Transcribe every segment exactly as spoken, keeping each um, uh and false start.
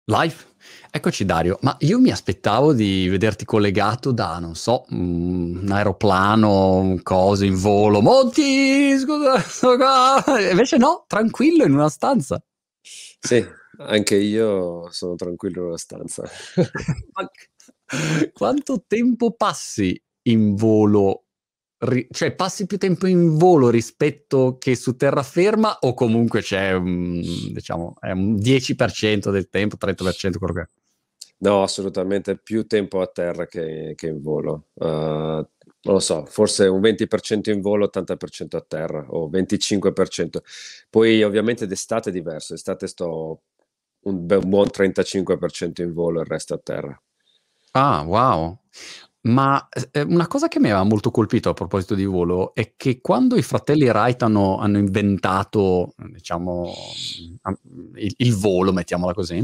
Live? Eccoci Dario, ma io mi aspettavo di vederti collegato da, non so, un aeroplano, un coso in volo. Monti, scusa, sto qua. Invece no, tranquillo in una stanza. Sì, anche io sono tranquillo in una stanza. Ma quanto tempo passi in volo? Ri- cioè, passi più tempo in volo rispetto che su terraferma o comunque c'è, un, diciamo, è un dieci per cento del tempo, trenta per cento quello che è? No, assolutamente più tempo a terra che, che in volo. Uh, non lo so, forse un venti per cento in volo, ottanta per cento a terra o venticinque per cento. Poi ovviamente d'estate è diverso, d'estate sto un, be- un buon trentacinque per cento in volo e il resto a terra. Ah, wow. Ma eh, una cosa che mi aveva molto colpito a proposito di volo è che quando i fratelli Wright hanno, hanno inventato, diciamo, am- il, il volo, mettiamola così,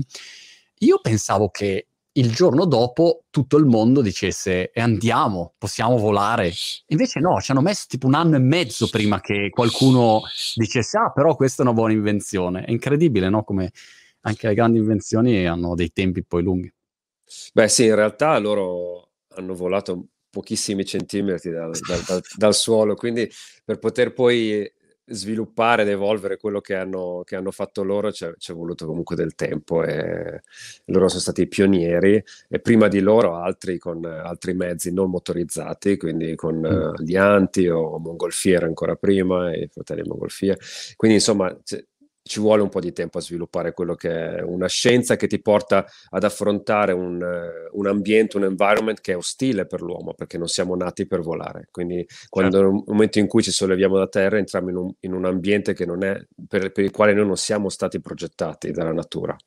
io pensavo che il giorno dopo tutto il mondo dicesse e andiamo, possiamo volare. Invece no, ci hanno messo tipo un anno e mezzo prima che qualcuno dicesse ah, però questa è una buona invenzione. È incredibile, no? Come anche le grandi invenzioni hanno dei tempi poi lunghi. Beh, sì, in realtà loro hanno volato pochissimi centimetri dal, dal- dal- dal suolo, quindi per poter poi sviluppare ed evolvere quello che hanno, che hanno fatto loro c'è c'è voluto comunque del tempo e loro sono stati i pionieri e prima di loro altri con eh, altri mezzi non motorizzati, quindi con Mm. eh, gli Anti o Mongolfiere ancora prima, e i fratelli Mongolfiere. Quindi insomma c- ci vuole un po' di tempo a sviluppare quello che è una scienza che ti porta ad affrontare un, eh, un ambiente, un environment che è ostile per l'uomo, perché non siamo nati per volare. Quindi, quando Certo. nel momento in cui ci solleviamo da terra, entriamo in un, in un ambiente che non è, per, per il quale noi non siamo stati progettati dalla natura.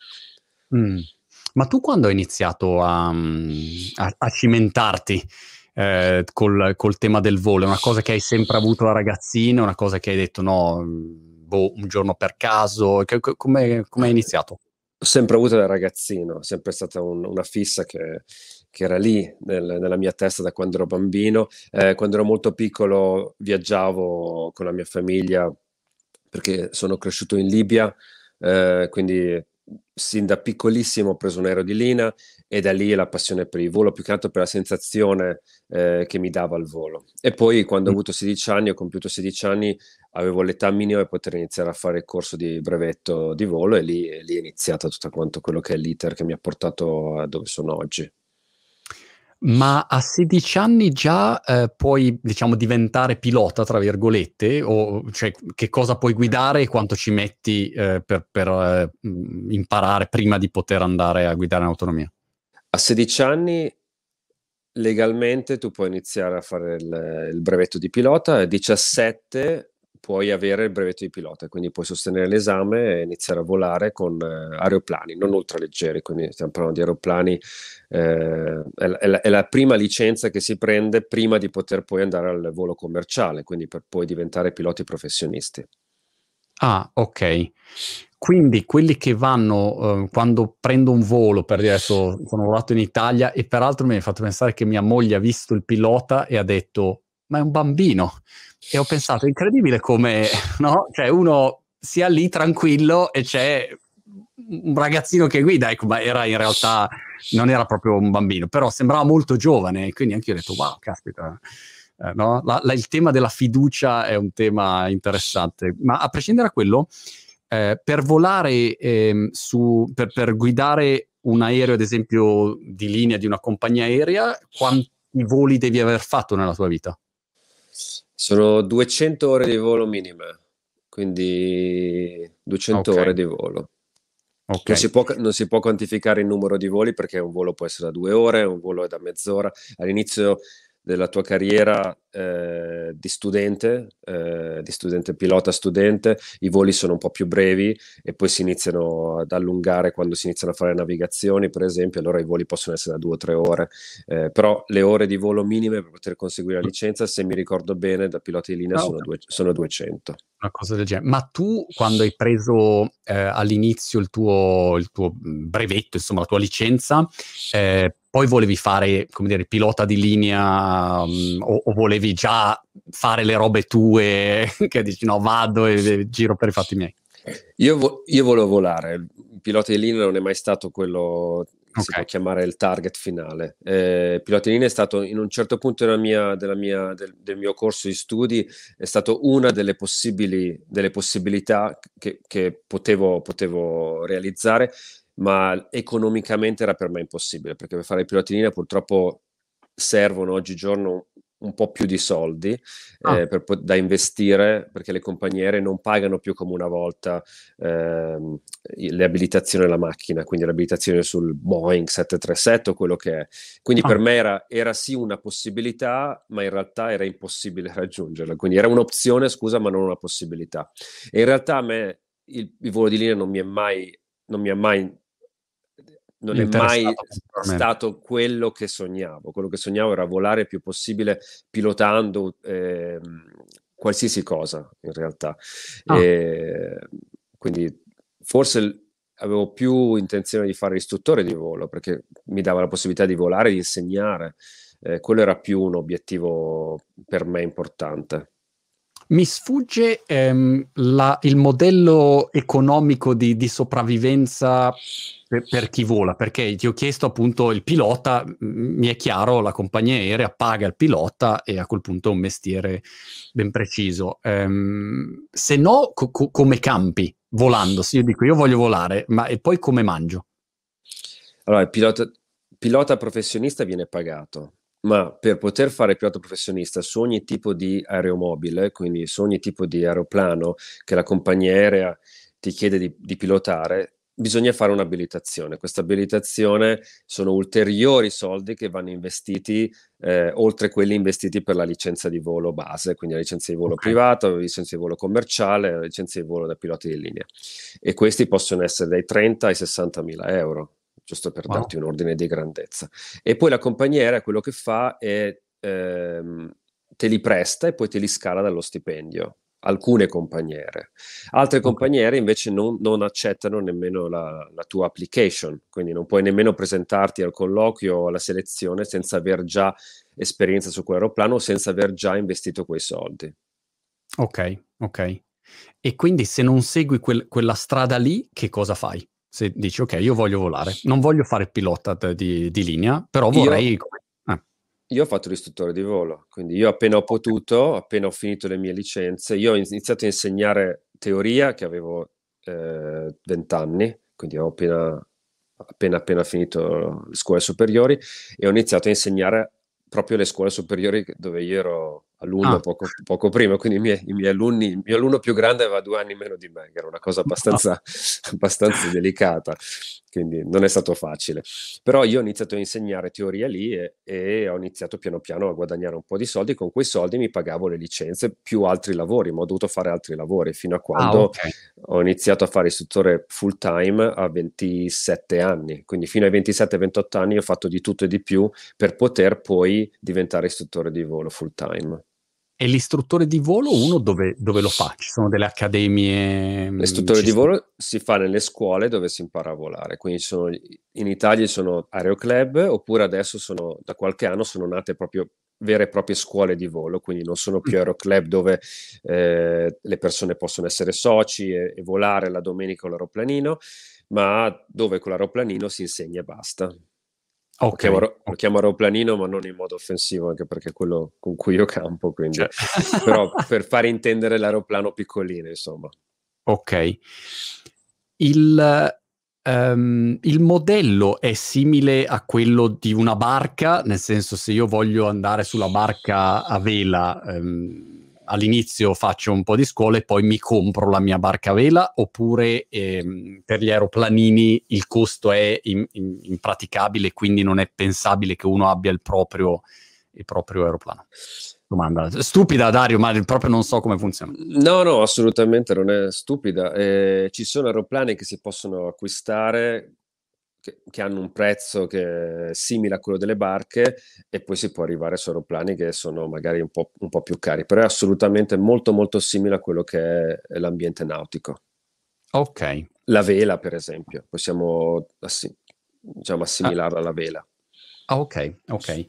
Mm. Ma tu quando hai iniziato a, mm, a- a cimentarti eh, col, col tema del volo? È una cosa che hai sempre avuto da ragazzino? È una cosa che hai detto no, mm, boh, un giorno per caso? Che- co- come, come hai iniziato? Ho sempre avuto da ragazzino, è sempre stata un- una fissa che, che era lì nel- nella mia testa da quando ero bambino. Eh, quando ero molto piccolo viaggiavo con la mia famiglia perché sono cresciuto in Libia, eh, quindi sin da piccolissimo ho preso un aereo di linea e da lì la passione per il volo, più che altro per la sensazione eh, che mi dava il volo. E poi quando ho Mm. avuto sedici anni, ho compiuto sedici anni, avevo l'età minima per poter iniziare a fare il corso di brevetto di volo e lì, e lì è iniziato tutto quanto quello che è l'iter che mi ha portato a dove sono oggi. Ma a sedici anni già eh, puoi, diciamo, diventare pilota, tra virgolette, o cioè che cosa puoi guidare e quanto ci metti eh, per, per, eh, mh, imparare prima di poter andare a guidare in autonomia? A sedici anni legalmente tu puoi iniziare a fare il, il brevetto di pilota, a diciassette puoi avere il brevetto di pilota, quindi puoi sostenere l'esame e iniziare a volare con eh, aeroplani, non ultraleggeri, quindi stiamo parlando di aeroplani, eh, è, la, è la- è la prima licenza che si prende prima di poter poi andare al volo commerciale, quindi per poi diventare piloti professionisti. Ah, ok. Quindi quelli che vanno, eh, quando prendo un volo, per dire adesso sono volato in Italia e peraltro mi hai fatto pensare che mia moglie ha visto il pilota e ha detto, ma è un bambino. E ho pensato, è incredibile come, no? Cioè uno sia lì tranquillo e c'è un ragazzino che guida, ecco, ma era in realtà, non era proprio un bambino, però sembrava molto giovane, quindi anche io ho detto, wow, caspita. Eh, no? La- la- il tema della fiducia è un tema interessante, ma a prescindere da quello, eh, per volare ehm, su, per, per guidare un aereo, ad esempio, di linea di una compagnia aerea, quanti voli devi aver fatto nella tua vita? Sono duecento ore di volo minime, quindi duecento Ok, ore di volo. ok. Non si può, non si può quantificare il numero di voli perché un volo può essere da due ore, un volo è da mezz'ora. All'inizio della tua carriera eh, di studente, eh, di studente pilota studente, i voli sono un po' più brevi e poi si iniziano ad allungare quando si iniziano a fare navigazioni, per esempio, allora i voli possono essere da due o tre ore. Eh, però le ore di volo minime per poter conseguire la licenza, se mi ricordo bene, da pilota di linea Ah, sono, ok. due- sono duecento. Una cosa del genere. Ma tu, quando hai preso eh, all'inizio il tuo, il tuo brevetto, insomma, la tua licenza, eh, poi volevi fare, come dire, pilota di linea, mh, o, o volevi già fare le robe tue, che dici no, vado e, e giro per i fatti miei? Io, vo- io volevo volare, il pilota di linea non è mai stato quello che si può Ok. chiamare il target finale. Eh, il pilota di linea è stato in un certo punto della mia, della mia- del, del mio corso di studi, è stato una delle possibili, delle possibilità che, che potevo, potevo realizzare, ma economicamente era per me impossibile, perché per fare il pilota di linea purtroppo servono oggigiorno un po' più di soldi Ah, eh, per po- da investire, perché le compagnie aeree non pagano più come una volta ehm, le abilitazioni alla macchina, quindi l'abilitazione sul Boeing sette tre sette o quello che è. Quindi per ah, me era, era sì una possibilità, ma in realtà era impossibile raggiungerla. Quindi era un'opzione, scusa, ma non una possibilità. E in realtà a me il, il volo di linea non mi è mai, non mi è mai non è mai interessato particolarmente. stato quello che sognavo. Quello che sognavo era volare il più possibile pilotando ehm, qualsiasi cosa, in realtà. Ah. E quindi forse l- avevo più intenzione di fare istruttore di volo perché mi dava la possibilità di volare e di insegnare. Eh, quello era più un obiettivo per me importante. Mi sfugge ehm, la- il modello economico di, di sopravvivenza per, per chi vola, perché ti ho chiesto appunto il pilota, m- mi è chiaro, la compagnia aerea paga il pilota e a quel punto è un mestiere ben preciso. Ehm, se no, co- co- come campi volando? Se io dico io voglio volare, ma e poi come mangio? Allora, il pilota, pilota professionista viene pagato, ma per poter fare pilota professionista su ogni tipo di aeromobile, quindi su ogni tipo di aeroplano che la compagnia aerea ti chiede di, di pilotare, bisogna fare un'abilitazione. Questa abilitazione sono ulteriori soldi che vanno investiti, eh, oltre quelli investiti per la licenza di volo base, quindi la licenza di volo Ok, privata, la licenza di volo commerciale, la licenza di volo da piloti di linea. E questi possono essere dai trenta ai sessanta mila euro, giusto per wow. darti un ordine di grandezza. E poi la compagnia aerea quello che fa è ehm, te li presta e poi te li scala dallo stipendio. Alcune compagnie aeree. Altre Ok. compagnie aeree invece non, non accettano nemmeno la, la tua application, quindi non puoi nemmeno presentarti al colloquio o alla selezione senza aver già esperienza su quell'aeroplano o senza aver già investito quei soldi. Ok, ok. E quindi se non segui quel- quella strada lì, che cosa fai? Se dici, ok, io voglio volare, non voglio fare il pilota d- di, di linea, però Io, vorrei... Ah, io ho fatto l'istruttore di volo, quindi io appena ho ok, potuto, appena ho finito le mie licenze, io ho iniziato a insegnare teoria che avevo eh, venti anni, quindi ho appena, appena, appena finito le scuole superiori e ho iniziato a insegnare proprio le scuole superiori dove io ero alunno ah, poco, poco prima, quindi i miei, i miei alunni, il mio alunno più grande aveva due anni meno di me, che era una cosa ah, abbastanza, abbastanza delicata, quindi non è stato facile. Però io ho iniziato a insegnare teoria lì e, e ho iniziato piano piano a guadagnare un po' di soldi. Con quei soldi mi pagavo le licenze più altri lavori, ma ho dovuto fare altri lavori fino a ah, quando ok. ho iniziato a fare istruttore full time a ventisette anni. Quindi fino ai ventisette ventotto anni ho fatto di tutto e di più per poter poi diventare istruttore di volo full time. E l'istruttore di volo, uno dove, dove lo fa? Ci sono delle accademie, mm, L'istruttore ci di sono... volo si fa nelle scuole dove si impara a volare, quindi sono, in Italia sono aeroclub, oppure adesso sono, da qualche anno sono nate proprio vere e proprie scuole di volo, quindi non sono Mm, più aeroclub dove eh, le persone possono essere soci e, e volare la domenica con l'aeroplanino, ma dove con l'aeroplanino si insegna e basta. Lo ok, chiamo, aero- lo ok. chiamo aeroplanino, ma non in modo offensivo, anche perché è quello con cui io campo, quindi... Cioè... Però per fare intendere l'aeroplano piccolino, insomma. Ok. Il, ehm, il modello è simile a quello di una barca, nel senso se io voglio andare sulla barca a vela, ehm, all'inizio faccio un po' di scuola e poi mi compro la mia barca a vela, oppure ehm, per gli aeroplanini il costo è in- in- impraticabile, quindi non è pensabile che uno abbia il proprio, il proprio aeroplano. Domanda stupida, Dario, ma proprio non so come funziona. No, no, assolutamente non è stupida. Eh, ci sono aeroplani che si possono acquistare che, che hanno un prezzo che è simile a quello delle barche e poi si può arrivare su aeroplani che sono magari un po', un po' più cari, però è assolutamente molto molto simile a quello che è l'ambiente nautico. Ok. La vela, per esempio, possiamo assi- diciamo, Ah, assimilarla alla vela. ah, ok, ok.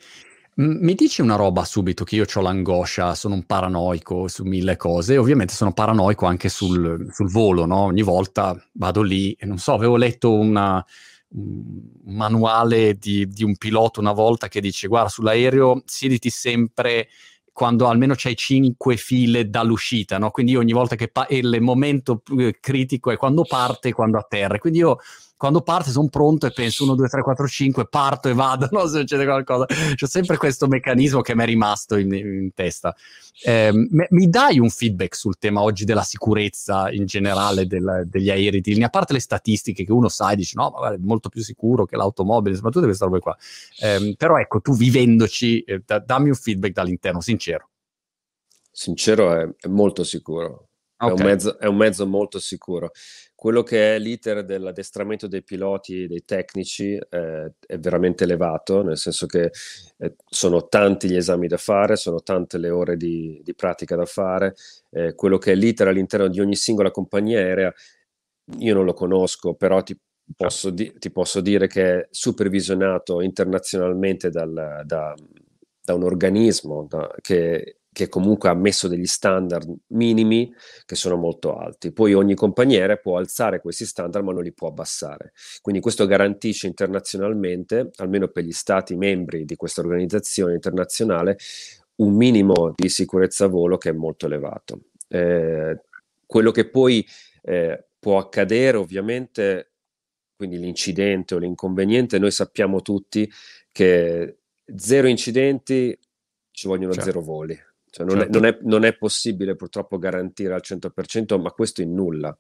Mi dici una roba subito, che io ho l'angoscia, sono un paranoico su mille cose, e ovviamente sono paranoico anche sul, sul volo, no? Ogni volta vado lì e non so, avevo letto una, un manuale di, di un pilota una volta che dice: guarda, sull'aereo siediti sempre quando almeno c'hai cinque file dall'uscita, no? Quindi io ogni volta che pa- e il momento critico è quando parte e quando atterra. Quindi io quando parte sono pronto e penso uno, due, tre, quattro, cinque, parto e vado, no? Se succede qualcosa. C'è sempre questo meccanismo che mi è rimasto in, in testa. Eh, me, mi dai un feedback sul tema oggi della sicurezza in generale del, degli aerei di linea? A parte le statistiche che uno sa e dice no, ma guarda, è molto più sicuro che l'automobile, soprattutto queste robe qua. Eh, però ecco, tu vivendoci, eh, da, dammi un feedback dall'interno, sincero. Sincero, è, è molto sicuro. È un, Ok. mezzo, è un mezzo molto sicuro. Quello che è l'iter dell'addestramento dei piloti e dei tecnici eh, è veramente elevato, nel senso che eh, sono tanti gli esami da fare, sono tante le ore di, di pratica da fare. Eh, quello che è l'iter all'interno di ogni singola compagnia aerea, io non lo conosco, però ti Certo. posso, di- ti posso dire che è supervisionato internazionalmente dal, da, da un organismo da, che che comunque ha messo degli standard minimi che sono molto alti. Poi ogni compagnia può alzare questi standard ma non li può abbassare. Quindi questo garantisce internazionalmente, almeno per gli stati membri di questa organizzazione internazionale, un minimo di sicurezza a volo che è molto elevato. Eh, quello che poi eh, può accadere ovviamente, quindi l'incidente o l'inconveniente, noi sappiamo tutti che zero incidenti ci vogliono Certo. zero voli. Cioè non, è, Certo. non, è, non è possibile purtroppo garantire al cento per cento, ma questo in nulla.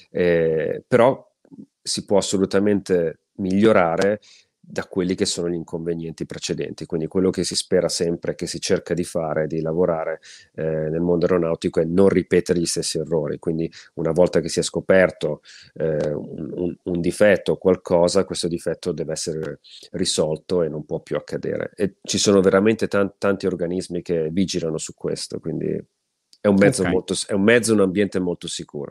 Eh, però si può assolutamente migliorare da quelli che sono gli inconvenienti precedenti. Quindi quello che si spera sempre, che si cerca di fare, di lavorare eh, nel mondo aeronautico, è non ripetere gli stessi errori. Quindi una volta che si è scoperto eh, un, un, un difetto o qualcosa, questo difetto deve essere risolto e non può più accadere. E ci sono veramente tan- tanti organismi che vigilano su questo, quindi è un mezzo Ok. molto, è un mezzo, un ambiente molto sicuro.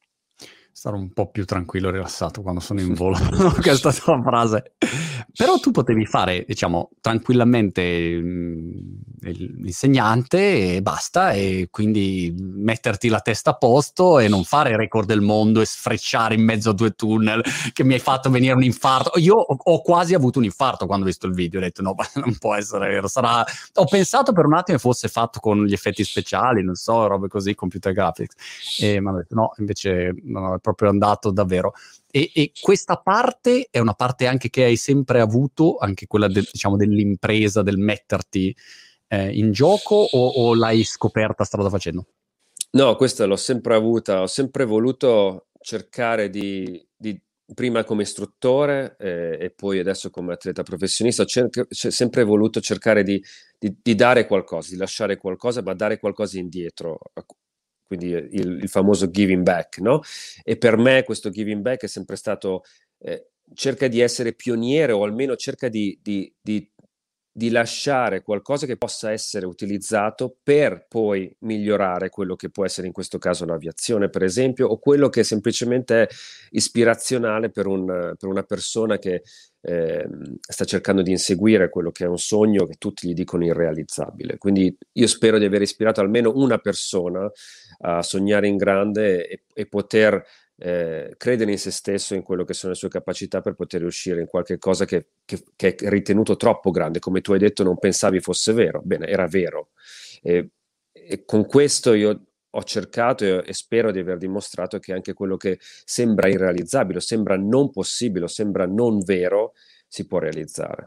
Stare un po' più tranquillo e rilassato quando sono in volo. Questa tua frase. Però tu potevi fare, diciamo, tranquillamente mh, l'insegnante e basta, e quindi metterti la testa a posto e non fare il record del mondo e sfrecciare in mezzo a due tunnel che mi hai fatto venire un infarto. Io ho, ho quasi avuto un infarto quando ho visto il video, ho detto no, non può essere vero. Sarà... Ho pensato per un attimo che fosse fatto con gli effetti speciali, non so, robe così, computer graphics. E mi hanno detto no, invece no, è proprio andato davvero. E, e questa parte è una parte anche che hai sempre avuto, anche quella del, diciamo, dell'impresa, del metterti eh, in gioco, o, o l'hai scoperta strada facendo? No, questa l'ho sempre avuta, ho sempre voluto cercare di, di prima come istruttore eh, e poi adesso come atleta professionista, ho cer- c- sempre voluto cercare di, di- di dare qualcosa, di lasciare qualcosa, ma dare qualcosa indietro, quindi il, il famoso giving back, no? E per me questo giving back è sempre stato, eh, cerca di essere pioniere o almeno cerca di, di, di di lasciare qualcosa che possa essere utilizzato per poi migliorare quello che può essere in questo caso l'aviazione, per esempio, o quello che semplicemente è ispirazionale per, un, per una persona che eh, sta cercando di inseguire quello che è un sogno che tutti gli dicono irrealizzabile. Quindi io spero di aver ispirato almeno una persona a sognare in grande e, e poter eh, credere in se stesso, in quello che sono le sue capacità per poter riuscire in qualche cosa che, che, che è ritenuto troppo grande, come tu hai detto non pensavi fosse vero, bene, era vero. E, e con questo io ho cercato e, e spero di aver dimostrato che anche quello che sembra irrealizzabile, sembra non possibile, sembra non vero, si può realizzare.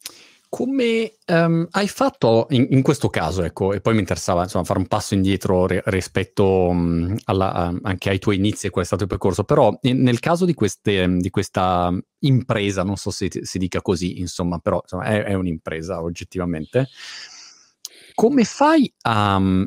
Come um, hai fatto in, in questo caso, ecco, e poi mi interessava insomma fare un passo indietro re- rispetto um, alla, um, anche ai tuoi inizi e qual è stato il percorso, però in, nel caso di, queste, di questa impresa, non so se si dica così, insomma, però insomma, è, è un'impresa oggettivamente, come fai a, a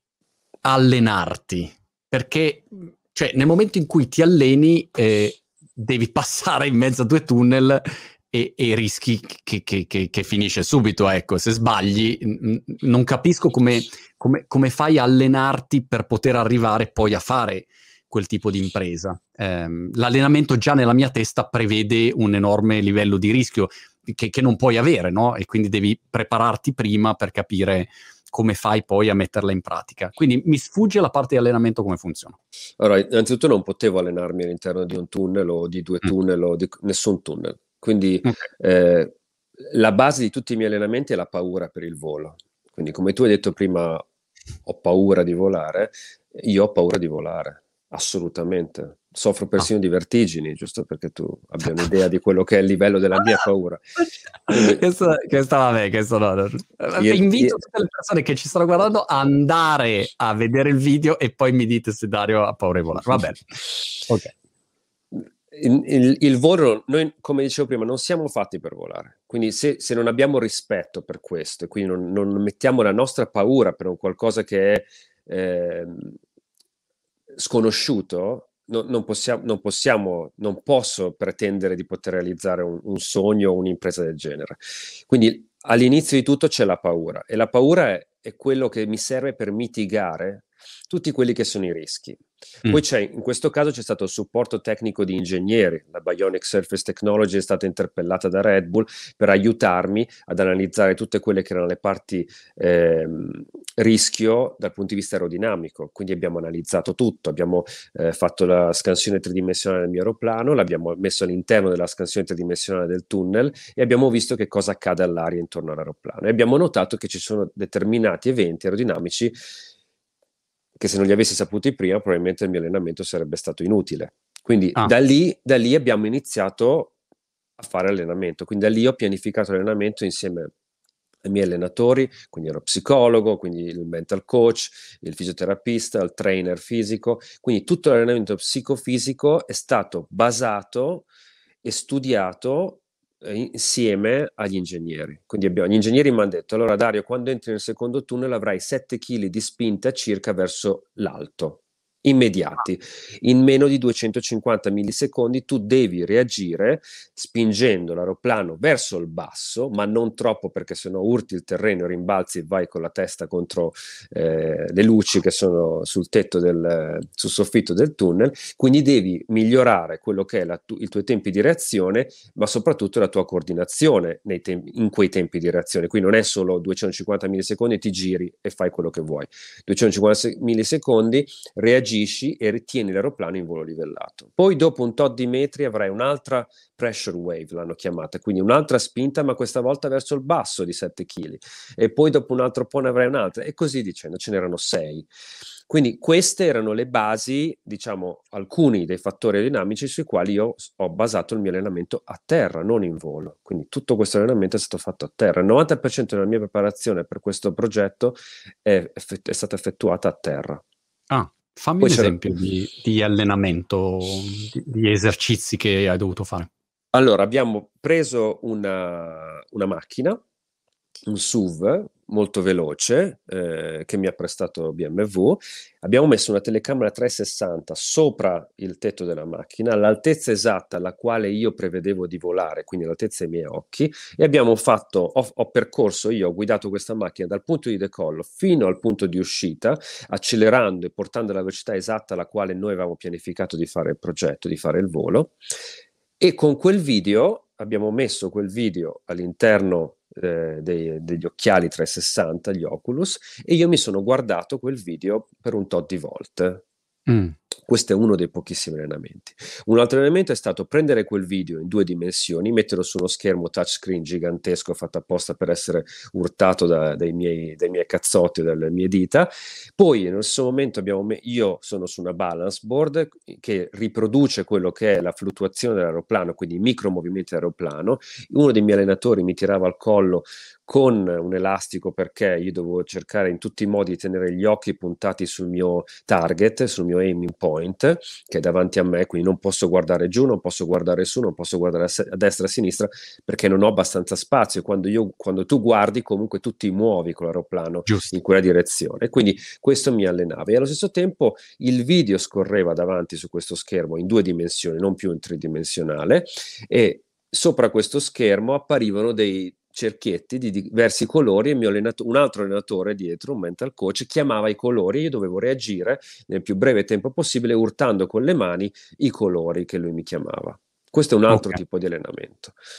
allenarti? Perché cioè, nel momento in cui ti alleni eh, devi passare in mezzo a due tunnel e, e rischi che, che, che, che finisce subito, ecco, se sbagli n- non capisco come, come, come fai a allenarti per poter arrivare poi a fare quel tipo di impresa. Eh, l'allenamento già nella mia testa prevede un enorme livello di rischio. che, che non puoi avere, no? E quindi devi prepararti prima per capire come fai poi a metterla in pratica. Quindi mi sfugge la parte di allenamento come funziona. Allora, innanzitutto non potevo allenarmi all'interno di un tunnel o di due Mm. tunnel o di nessun tunnel. Quindi Okay. eh, la base di tutti i miei allenamenti è la paura per il volo. Quindi come tu hai detto prima, ho paura di volare, io ho paura di volare, assolutamente. Soffro persino Ah. di vertigini, giusto perché tu abbia un'idea di quello che è il livello della mia paura. Quindi, Questo, questo vabbè, questo no, no. io- Invito io- tutte le persone che ci stanno guardando a andare a vedere il video e poi mi dite se Dario ha paura di volare. Va bene. Ok. Il, il- il volo, noi come dicevo prima, non siamo fatti per volare, quindi se, se non abbiamo rispetto per questo e quindi non, non mettiamo la nostra paura per un qualcosa che è ehm, sconosciuto, no- non possiamo, non possiamo, non posso pretendere di poter realizzare un, un sogno o un'impresa del genere. Quindi all'inizio di tutto c'è la paura e la paura è, è quello che mi serve per mitigare tutti quelli che sono i rischi. Poi Mm. c'è, in questo caso c'è stato il supporto tecnico di ingegneri, la Bionic Surface Technology è stata interpellata da Red Bull per aiutarmi ad analizzare tutte quelle che erano le parti ehm, rischio dal punto di vista aerodinamico, quindi abbiamo analizzato tutto, abbiamo eh, fatto la scansione tridimensionale del mio aeroplano, l'abbiamo messo all'interno della scansione tridimensionale del tunnel e abbiamo visto che cosa accade all'aria intorno all'aeroplano e abbiamo notato che ci sono determinati eventi aerodinamici che se non li avessi saputi prima probabilmente il mio allenamento sarebbe stato inutile. Quindi Ah. da lì, da lì abbiamo iniziato a fare allenamento, quindi da lì ho pianificato l'allenamento insieme ai miei allenatori, quindi ero psicologo, quindi il mental coach, il fisioterapista, il trainer fisico, quindi tutto l'allenamento psicofisico è stato basato e studiato insieme agli ingegneri. Quindi abbiamo, gli ingegneri mi hanno detto: allora Dario, quando entri nel secondo tunnel avrai sette chili di spinta circa verso l'alto, immediati. In meno di duecentocinquanta millisecondi tu devi reagire spingendo l'aeroplano verso il basso, ma non troppo perché sennò urti il terreno, rimbalzi e vai con la testa contro eh, le luci che sono sul tetto del sul soffitto del tunnel. Quindi devi migliorare quello che è la tu, i tuoi tempi di reazione, ma soprattutto la tua coordinazione nei tempi, in quei tempi di reazione. Qui non è solo duecentocinquanta millisecondi, ti giri e fai quello che vuoi. duecentocinquanta millisecondi reagisci e ritieni l'aeroplano in volo livellato. Poi dopo un tot di metri avrai un'altra pressure wave, l'hanno chiamata, quindi un'altra spinta, ma questa volta verso il basso di sette chili. E poi dopo un altro po' ne avrai un'altra, e così dicendo, ce n'erano sei. Quindi queste erano le basi, diciamo, alcuni dei fattori aerodinamici sui quali io ho basato il mio allenamento a terra, non in volo. Quindi tutto questo allenamento è stato fatto a terra. Il novanta per cento della mia preparazione per questo progetto è, è stata effettuata a terra. Ah, fammi Poi un c'era... esempio di, di allenamento, di, di esercizi che hai dovuto fare. Allora, abbiamo preso una, una macchina, un S U V molto veloce eh, che mi ha prestato B M W. Abbiamo messo una telecamera trecentosessanta sopra il tetto della macchina, all'altezza esatta alla quale io prevedevo di volare, quindi all'altezza dei miei occhi, e abbiamo fatto, ho, ho percorso io, ho guidato questa macchina dal punto di decollo fino al punto di uscita, accelerando e portando la velocità esatta alla quale noi avevamo pianificato di fare il progetto, di fare il volo. E con quel video, abbiamo messo quel video all'interno eh, dei, degli occhiali trecentosessanta, gli Oculus, e io mi sono guardato quel video per un tot di volte. Mm. Questo è uno dei pochissimi allenamenti. Un altro allenamento è stato prendere quel video in due dimensioni, metterlo su uno schermo touchscreen gigantesco fatto apposta per essere urtato da, dai, miei, dai miei cazzotti, dalle mie dita. Poi in questo momento abbiamo me- io sono su una balance board che riproduce quello che è la fluttuazione dell'aeroplano, quindi i micro movimenti dell'aeroplano. Uno dei miei allenatori mi tirava al collo con un elastico perché io dovevo cercare in tutti i modi di tenere gli occhi puntati sul mio target, sul mio aiming point che è davanti a me, quindi non posso guardare giù, non posso guardare su, non posso guardare a, se- a destra, a sinistra perché non ho abbastanza spazio. Quando, io, quando tu guardi comunque tu ti muovi con l'aeroplano Giusto. in quella direzione, quindi questo mi allenava e allo stesso tempo il video scorreva davanti su questo schermo in due dimensioni, non più in tridimensionale, e sopra questo schermo apparivano dei cerchietti di diversi colori e mio allenato- un altro allenatore dietro, un mental coach, chiamava i colori e io dovevo reagire nel più breve tempo possibile urtando con le mani i colori che lui mi chiamava. Questo è un altro Ok. tipo di allenamento.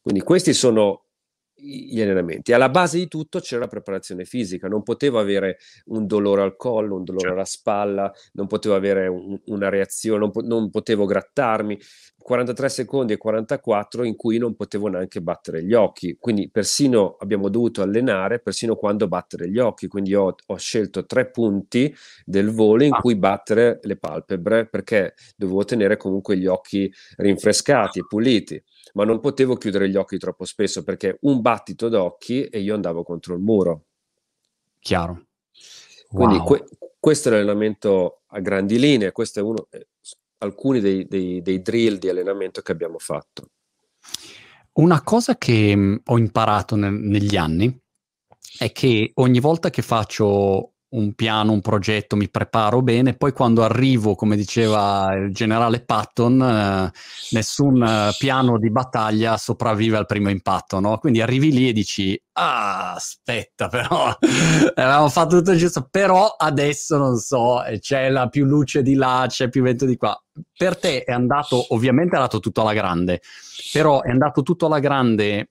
Quindi questi sono gli allenamenti. Alla base di tutto c'era la preparazione fisica, non potevo avere un dolore al collo, un dolore alla spalla, non potevo avere un, una reazione, non, po- non potevo grattarmi. quarantatré secondi e quarantaquattro in cui non potevo neanche battere gli occhi, quindi persino abbiamo dovuto allenare persino quando battere gli occhi, quindi ho, ho scelto tre punti del volo in Ah, cui battere le palpebre perché dovevo tenere comunque gli occhi rinfrescati e puliti, ma non potevo chiudere gli occhi troppo spesso perché un battito d'occhi e io andavo contro il muro. chiaro. Quindi Wow. que- questo è l'allenamento a grandi linee, questo è uno, eh, alcuni dei, dei, dei drill di allenamento che abbiamo fatto. Una cosa che mh, ho imparato nel- negli anni è che ogni volta che faccio un piano, un progetto, mi preparo bene, poi quando arrivo, come diceva il generale Patton, eh, nessun eh, piano di battaglia sopravvive al primo impatto, no? Quindi arrivi lì e dici, ah, aspetta, però avevamo fatto tutto giusto, però adesso non so, eh, c'è la più luce di là, c'è più vento di qua. Per te è andato, ovviamente è andato tutto alla grande, però è andato tutto alla grande,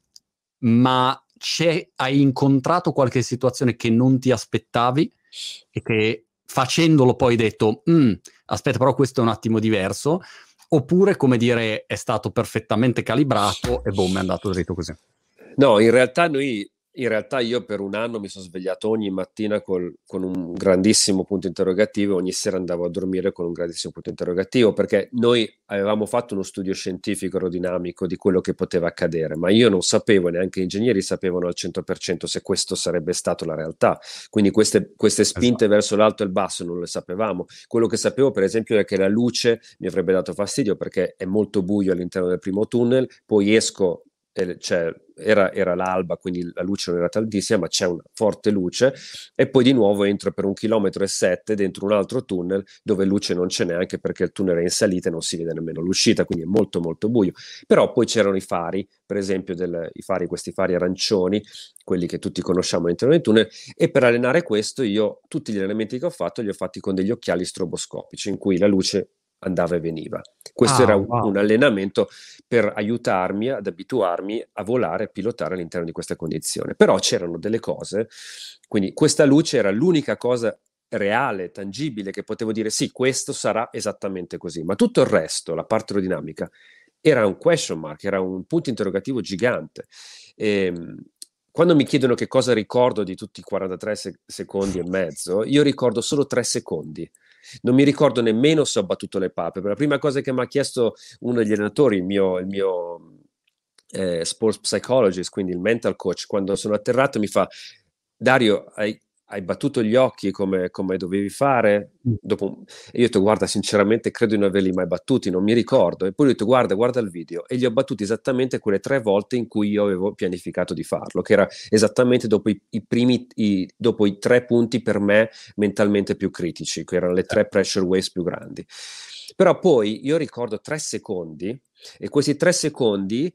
ma c'è, hai incontrato qualche situazione che non ti aspettavi e che facendolo poi hai detto, "Mm, aspetta, però questo è un attimo diverso", oppure, come dire, è stato perfettamente calibrato e boom, è andato dritto così. No, in realtà noi, in realtà io per un anno mi sono svegliato ogni mattina col- con un grandissimo punto interrogativo, ogni sera andavo a dormire con un grandissimo punto interrogativo, perché noi avevamo fatto uno studio scientifico aerodinamico di quello che poteva accadere, ma io non sapevo, neanche gli ingegneri sapevano al cento per cento se questo sarebbe stato la realtà. Quindi queste, queste spinte Esatto. verso l'alto e il basso non le sapevamo. Quello che sapevo, per esempio, è che la luce mi avrebbe dato fastidio perché è molto buio all'interno del primo tunnel, poi esco, e c'è era, era l'alba, quindi la luce non era tantissima, ma c'è una forte luce, e poi di nuovo entro per un chilometro e sette dentro un altro tunnel dove luce non c'è neanche perché il tunnel è in salita e non si vede nemmeno l'uscita, quindi è molto molto buio. Però poi c'erano i fari, per esempio del, i fari, questi fari arancioni, quelli che tutti conosciamo all'interno del tunnel, e per allenare questo io tutti gli allenamenti che ho fatto li ho fatti con degli occhiali stroboscopici in cui la luce andava e veniva. Questo Ah, era un, wow. un allenamento per aiutarmi ad abituarmi a volare e pilotare all'interno di questa condizione. Però c'erano delle cose, quindi questa luce era l'unica cosa reale, tangibile, che potevo dire sì, questo sarà esattamente così, ma tutto il resto, la parte aerodinamica, era un question mark, era un punto interrogativo gigante. E, quando mi chiedono che cosa ricordo di tutti i quarantatré se- secondi e mezzo, io ricordo solo tre secondi. Non mi ricordo nemmeno se ho battuto le palpebre. La prima cosa che mi ha chiesto uno degli allenatori, il mio, il mio eh, sports psychologist, quindi il mental coach, quando sono atterrato mi fa: Dario, hai, hai battuto gli occhi come, come dovevi fare? Mm. Dopo, e io ho detto: guarda, sinceramente credo di non averli mai battuti, non mi ricordo. E poi ho detto: guarda, guarda il video. E li ho battuti esattamente quelle tre volte in cui io avevo pianificato di farlo, che era esattamente dopo i, i primi, i, dopo i tre punti per me mentalmente più critici, che erano le tre pressure waves più grandi. Però poi io ricordo tre secondi, e questi tre secondi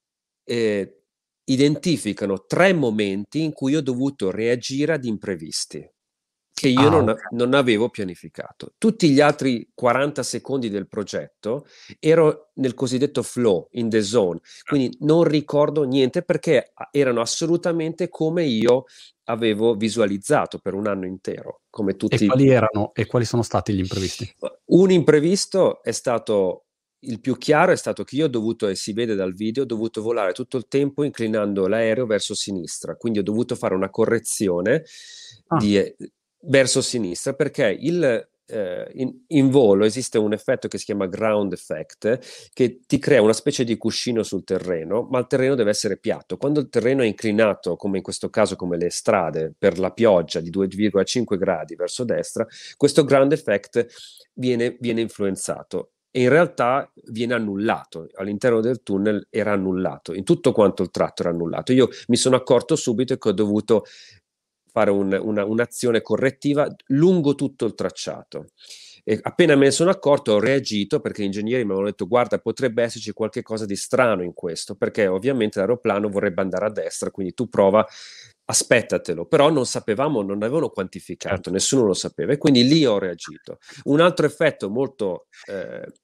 eh, identificano tre momenti in cui ho dovuto reagire ad imprevisti che io Ah, ok. non, non avevo pianificato. Tutti gli altri quaranta secondi del progetto ero nel cosiddetto flow, in the zone, quindi non ricordo niente perché erano assolutamente come io avevo visualizzato per un anno intero, come E tutti. quali erano e quali sono stati gli imprevisti? Un imprevisto è stato, il più chiaro è stato che io ho dovuto, e si vede dal video, ho dovuto volare tutto il tempo inclinando l'aereo verso sinistra, quindi ho dovuto fare una correzione Ah, di, eh, verso sinistra perché il, eh, in, in volo esiste un effetto che si chiama ground effect, che ti crea una specie di cuscino sul terreno, ma il terreno deve essere piatto. Quando il terreno è inclinato, come in questo caso, come le strade, per la pioggia di due virgola cinque gradi verso destra, questo ground effect viene, viene influenzato e in realtà viene annullato. All'interno del tunnel era annullato, in tutto quanto il tratto era annullato. Io mi sono accorto subito che ho dovuto fare un, una, un'azione correttiva lungo tutto il tracciato. E appena me ne sono accorto ho reagito perché gli ingegneri mi avevano detto: guarda, potrebbe esserci qualche cosa di strano in questo, perché ovviamente l'aeroplano vorrebbe andare a destra, quindi tu prova, aspettatelo. Però non sapevamo, non avevano quantificato, certo. nessuno lo sapeva, e quindi lì ho reagito. Un altro effetto molto eh,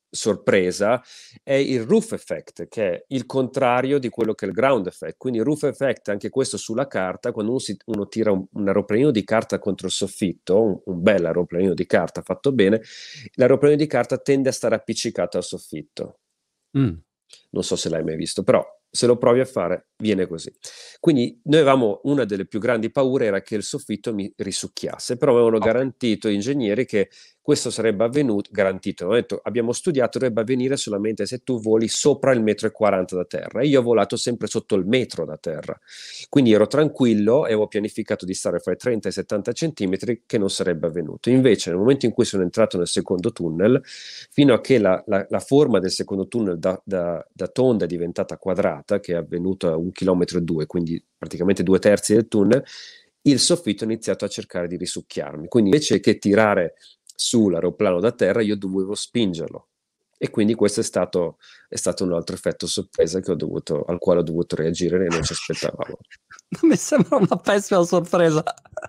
sorpresa è il roof effect, che è il contrario di quello che è il ground effect. Quindi il roof effect, anche questo sulla carta, quando uno, si, uno tira un, un aeroplanino di carta contro il soffitto, un, un bel aeroplanino di carta fatto bene, l'aeroplanino di carta tende a stare appiccicato al soffitto. Mm. Non so se l'hai mai visto, però se lo provi a fare viene così. Quindi noi avevamo, una delle più grandi paure era che il soffitto mi risucchiasse, però avevano Okay. garantito gli ingegneri che questo sarebbe avvenuto, garantito, hanno detto, abbiamo studiato, dovrebbe avvenire solamente se tu voli sopra il metro e quaranta da terra, e io ho volato sempre sotto il metro da terra, quindi ero tranquillo e avevo pianificato di stare fra i trenta e i settanta centimetri, che non sarebbe avvenuto. Invece nel momento in cui sono entrato nel secondo tunnel, fino a che la, la, la forma del secondo tunnel da, da, da tonda è diventata quadrata, che è avvenuto a un chilometro e due, quindi praticamente due terzi del tunnel, il soffitto ha iniziato a cercare di risucchiarmi. Quindi invece che tirare su l'aeroplano da terra, io dovevo spingerlo. E quindi questo è stato, è stato un altro effetto sorpresa che ho dovuto, al quale ho dovuto reagire e non ci aspettavamo. Mi sembra una pessima sorpresa.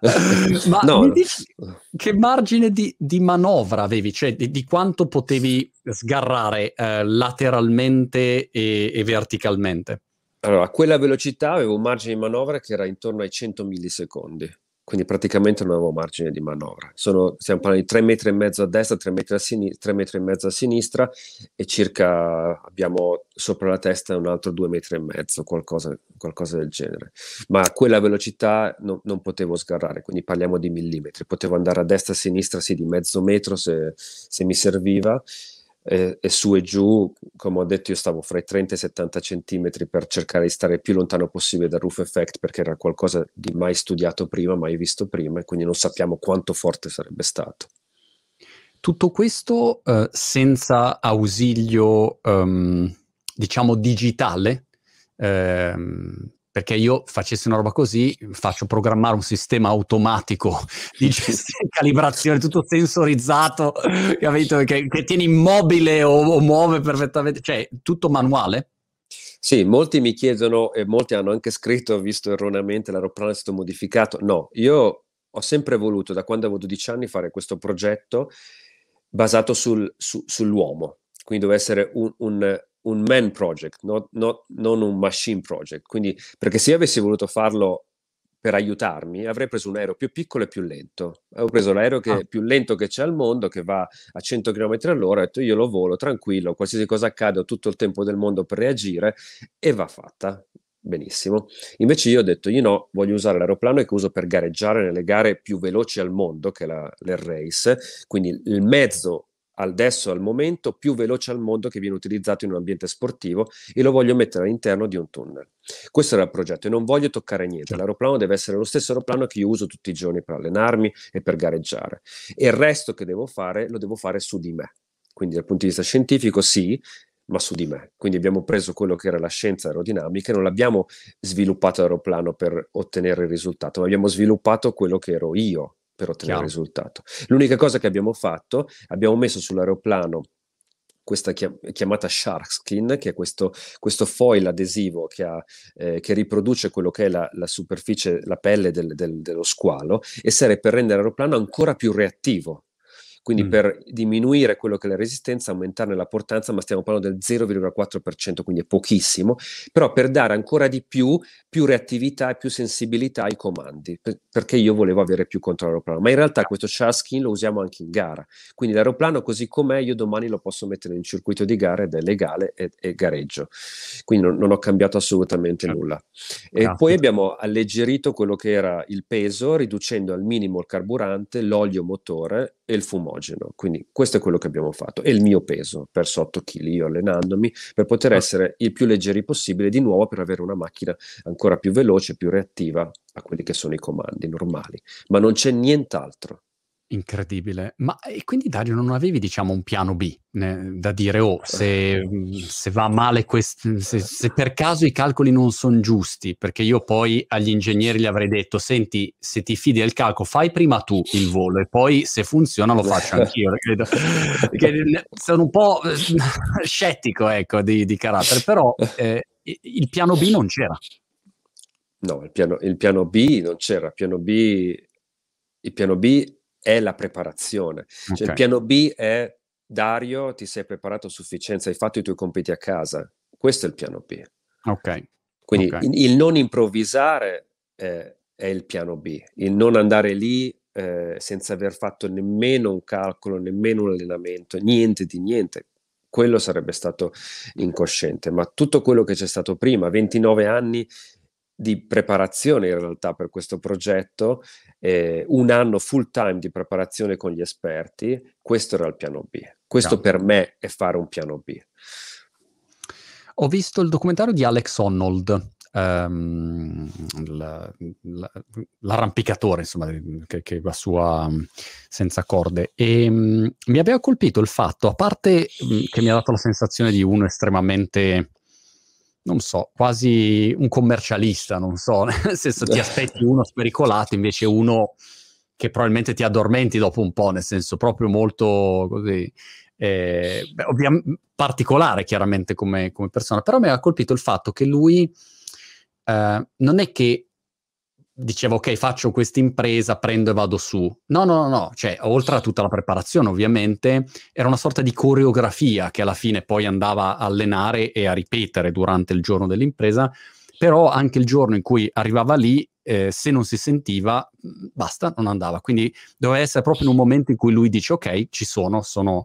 Ma No, mi no. dici che margine di, di manovra avevi? Cioè di, di quanto potevi sgarrare eh, lateralmente e, e verticalmente? Allora, a quella velocità avevo un margine di manovra che era intorno ai cento millisecondi, quindi praticamente non avevo margine di manovra. Sono, stiamo parlando di tre metri e mezzo a destra, tre metri, a sinistra, tre metri e mezzo a sinistra, e circa abbiamo sopra la testa un altro due metri e mezzo, qualcosa, qualcosa del genere. Ma a quella velocità no, non potevo sgarrare, quindi parliamo di millimetri. Potevo andare a destra e a sinistra, sì, di mezzo metro se, se mi serviva. E, e su e giù, come ho detto, io stavo fra i trenta e i settanta centimetri per cercare di stare il più lontano possibile dal roof effect, perché era qualcosa di mai studiato prima, mai visto prima, e quindi non sappiamo quanto forte sarebbe stato. Tutto questo eh, senza ausilio, um, diciamo, digitale, ehm, perché io facessi una roba così, faccio programmare un sistema automatico di gestione e calibrazione, tutto sensorizzato, capito? Che, che tiene immobile o, o muove perfettamente, cioè tutto manuale. Sì, molti mi chiedono, e molti hanno anche scritto, ho visto erroneamente, l'aeroplano è stato modificato. No, io ho sempre voluto, da quando avevo dodici anni, fare questo progetto basato sul, su, sull'uomo. Quindi deve essere un, un, un man project, not, not, non un machine project. Quindi, perché se io avessi voluto farlo per aiutarmi, avrei preso un aereo più piccolo e più lento. Avevo preso l'aereo che, Ah. più lento che c'è al mondo, che va a cento chilometri all'ora, ho detto io lo volo tranquillo, qualsiasi cosa accade ho tutto il tempo del mondo per reagire, e va fatta. Benissimo. Invece io ho detto, io no, voglio usare l'aeroplano che uso per gareggiare nelle gare più veloci al mondo, che è la, l'air race, quindi il mezzo adesso al momento più veloce al mondo che viene utilizzato in un ambiente sportivo, e lo voglio mettere all'interno di un tunnel. Questo era il progetto e non voglio toccare niente. L'aeroplano deve essere lo stesso aeroplano che io uso tutti i giorni per allenarmi e per gareggiare, e il resto che devo fare lo devo fare su di me. Quindi dal punto di vista scientifico sì, ma su di me. Quindi abbiamo preso quello che era la scienza aerodinamica e non l'abbiamo sviluppato l'aeroplano per ottenere il risultato, ma abbiamo sviluppato quello che ero io per ottenere il Chiaro. risultato. L'unica cosa che abbiamo fatto, abbiamo messo sull'aeroplano questa chiamata Sharkskin, che è questo, questo foil adesivo che, ha, eh, che riproduce quello che è la, la superficie, la pelle del, del, dello squalo, e serve per rendere l'aeroplano ancora più reattivo. Quindi Mm. per diminuire quello che è la resistenza, aumentarne la portanza, ma stiamo parlando del zero virgola quattro per cento, quindi è pochissimo, però per dare ancora di più, più reattività e più sensibilità ai comandi, per, perché io volevo avere più controllo all'aeroplano. Ma in realtà questo Sharkskin lo usiamo anche in gara, quindi l'aeroplano così com'è io domani lo posso mettere in un circuito di gara ed è legale e, e gareggio. Quindi non, non ho cambiato assolutamente Certo. nulla. E Caspita. poi abbiamo alleggerito quello che era il peso, riducendo al minimo il carburante, l'olio motore e il fumogeno. Quindi questo è quello che abbiamo fatto. E il mio peso, perso otto chili io allenandomi, per poter essere il più leggeri possibile, di nuovo per avere una macchina ancora più veloce, più reattiva a quelli che sono i comandi normali. Ma non c'è nient'altro. Incredibile. Ma e quindi Dario non avevi, diciamo, un piano B ne, da dire, oh, se, se va male, quest- se, se per caso i calcoli non sono giusti, perché io poi agli ingegneri gli avrei detto, senti, se ti fidi del calcolo, fai prima tu il volo e poi se funziona lo faccio anch'io. Credo. Perché sono un po' scettico, ecco, di, di carattere, però eh, il piano B non c'era. No, il piano, il piano B non c'era. Il piano B, il piano B è la preparazione. Cioè, il Ok. piano B è Dario, ti sei preparato a sufficienza, hai fatto i tuoi compiti a casa. Questo è il piano B. Ok. Quindi okay. il non improvvisare eh, è il piano B, il non andare lì eh, senza aver fatto nemmeno un calcolo, nemmeno un allenamento, niente di niente. Quello sarebbe stato incosciente, ma tutto quello che c'è stato prima, ventinove anni di preparazione in realtà per questo progetto, eh, un anno full time di preparazione con gli esperti, questo era il piano B. Questo Chiaro. per me è fare un piano B. Ho visto il documentario di Alex Honnold, ehm, l- l- l'arrampicatore, insomma, che, che va su a, senza corde, e mh, mi aveva colpito il fatto, a parte mh, che mi ha dato la sensazione di uno estremamente, non so, quasi un commercialista, non so, nel senso ti aspetti uno spericolato, invece uno che probabilmente ti addormenti dopo un po', nel senso proprio molto così. Eh, beh, ovviamente particolare chiaramente come, come persona, però mi ha colpito il fatto che lui eh, non è che diceva ok, faccio questa impresa, prendo e vado su. No, no, no, no, cioè oltre a tutta la preparazione ovviamente era una sorta di coreografia che alla fine poi andava a allenare e a ripetere durante il giorno dell'impresa, però anche il giorno in cui arrivava lì, eh, se non si sentiva, basta, non andava. Quindi doveva essere proprio in un momento in cui lui dice ok, ci sono, sono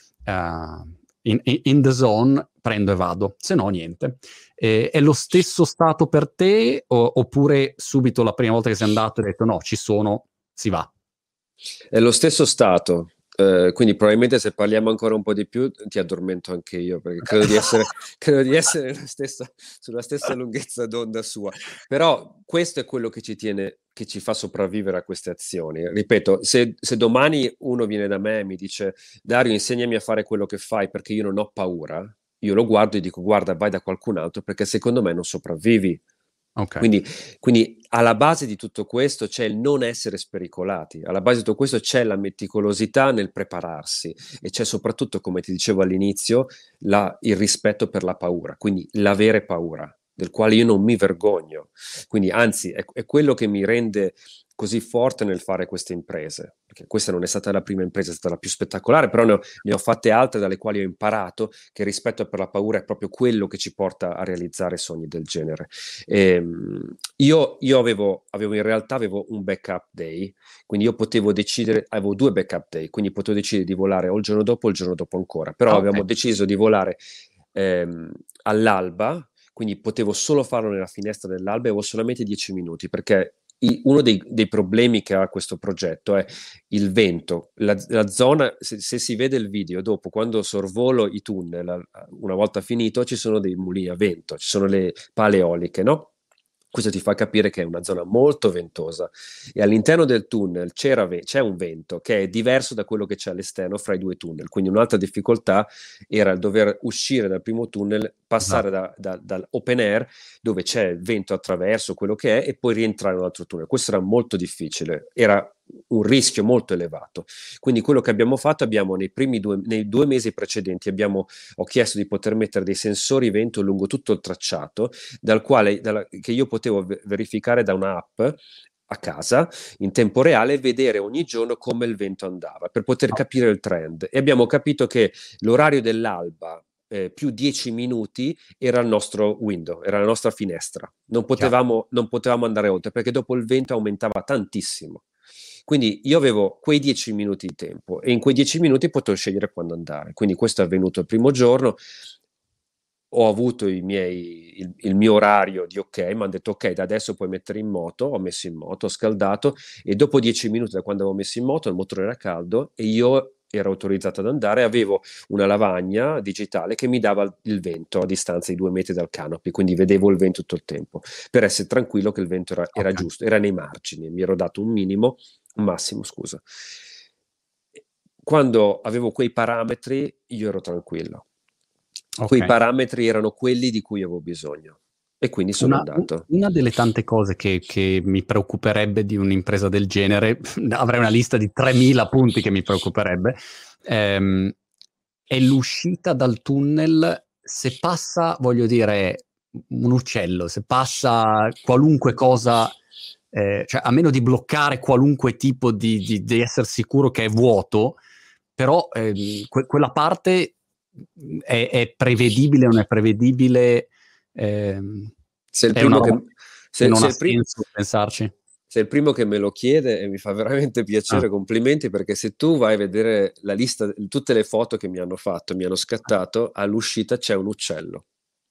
uh, in, in the zone, prendo e vado, se no niente. Eh, è lo stesso stato per te o, oppure subito la prima volta che sei andato hai detto no, ci sono, si va? È lo stesso stato, eh, quindi probabilmente se parliamo ancora un po' di più ti addormento anche io, perché credo di essere, credo di essere la stessa, sulla stessa lunghezza d'onda sua. Però questo è quello che ci tiene, che ci fa sopravvivere a queste azioni. Ripeto, se, se domani uno viene da me e mi dice Dario, insegnami a fare quello che fai perché io non ho paura, io lo guardo e dico guarda, vai da qualcun altro perché secondo me non sopravvivi. Ok. Quindi, quindi alla base di tutto questo c'è il non essere spericolati, alla base di tutto questo c'è la meticolosità nel prepararsi e c'è soprattutto, come ti dicevo all'inizio, la, il rispetto per la paura, quindi l'avere paura, del quale io non mi vergogno. Quindi anzi è, è quello che mi rende così forte nel fare queste imprese, perché questa non è stata la prima impresa, è stata la più spettacolare, però ne ho, ne ho fatte altre dalle quali ho imparato che il rispetto per la paura è proprio quello che ci porta a realizzare sogni del genere. E, io io avevo, avevo in realtà avevo un backup day, quindi io potevo decidere, avevo due backup day, quindi potevo decidere di volare o il giorno dopo o il giorno dopo ancora, però Ah, avevamo ok. deciso di volare ehm, all'alba, quindi potevo solo farlo nella finestra dell'alba e avevo solamente dieci minuti, perché i, uno dei, dei problemi che ha questo progetto è il vento, la, la zona, se, se si vede il video dopo, quando sorvolo i tunnel, una volta finito, ci sono dei mulini a vento, ci sono le pale eoliche, no? Questo ti fa capire che è una zona molto ventosa e all'interno del tunnel c'era ve- c'è un vento che è diverso da quello che c'è all'esterno fra i due tunnel, quindi un'altra difficoltà era il dover uscire dal primo tunnel, passare Esatto. da, da, dall'open air dove c'è il vento attraverso quello che è e poi rientrare in un altro tunnel. Questo era molto difficile, era un rischio molto elevato. Quindi quello che abbiamo fatto, abbiamo nei primi due, nei due mesi precedenti, abbiamo, ho chiesto di poter mettere dei sensori vento lungo tutto il tracciato, dal quale, dalla, che io potevo verificare da un'app a casa in tempo reale e vedere ogni giorno come il vento andava per poter Ok. capire il trend. E abbiamo capito che l'orario dell'alba eh, più dieci minuti era il nostro window, era la nostra finestra. Non Chiaro. potevamo, non potevamo andare oltre perché dopo il vento aumentava tantissimo. Quindi io avevo quei dieci minuti di tempo e in quei dieci minuti potevo scegliere quando andare. Quindi questo è avvenuto il primo giorno. Ho avuto i miei, il, il mio orario di ok, mi hanno detto ok, da adesso puoi mettere in moto, ho messo in moto, ho scaldato e dopo dieci minuti da quando avevo messo in moto il motore era caldo e io ero autorizzato ad andare, avevo una lavagna digitale che mi dava il vento a distanza di due metri dal canopy, quindi vedevo il vento tutto il tempo, per essere tranquillo che il vento era, era Ok. giusto, era nei margini, mi ero dato un minimo, un massimo, scusa. Quando avevo quei parametri io ero tranquillo. Quei Ok. parametri erano quelli di cui avevo bisogno e quindi sono Una, u- andato. una delle tante cose che, che mi preoccuperebbe di un'impresa del genere, avrei una lista di tremila punti che mi preoccuperebbe, ehm, è l'uscita dal tunnel se passa, voglio dire, un uccello, se passa qualunque cosa, eh, cioè a meno di bloccare qualunque tipo di, di, di essere sicuro che è vuoto, però eh, que- quella parte è, è prevedibile o non è prevedibile? Ehm, Sei il è una primo roba che, che se, non sei ha il pri- senso pensarci. sei il primo che me lo chiede e mi fa veramente Ah, piacere, complimenti, perché se tu vai a vedere la lista, tutte le foto che mi hanno fatto, mi hanno scattato, all'uscita c'è un uccello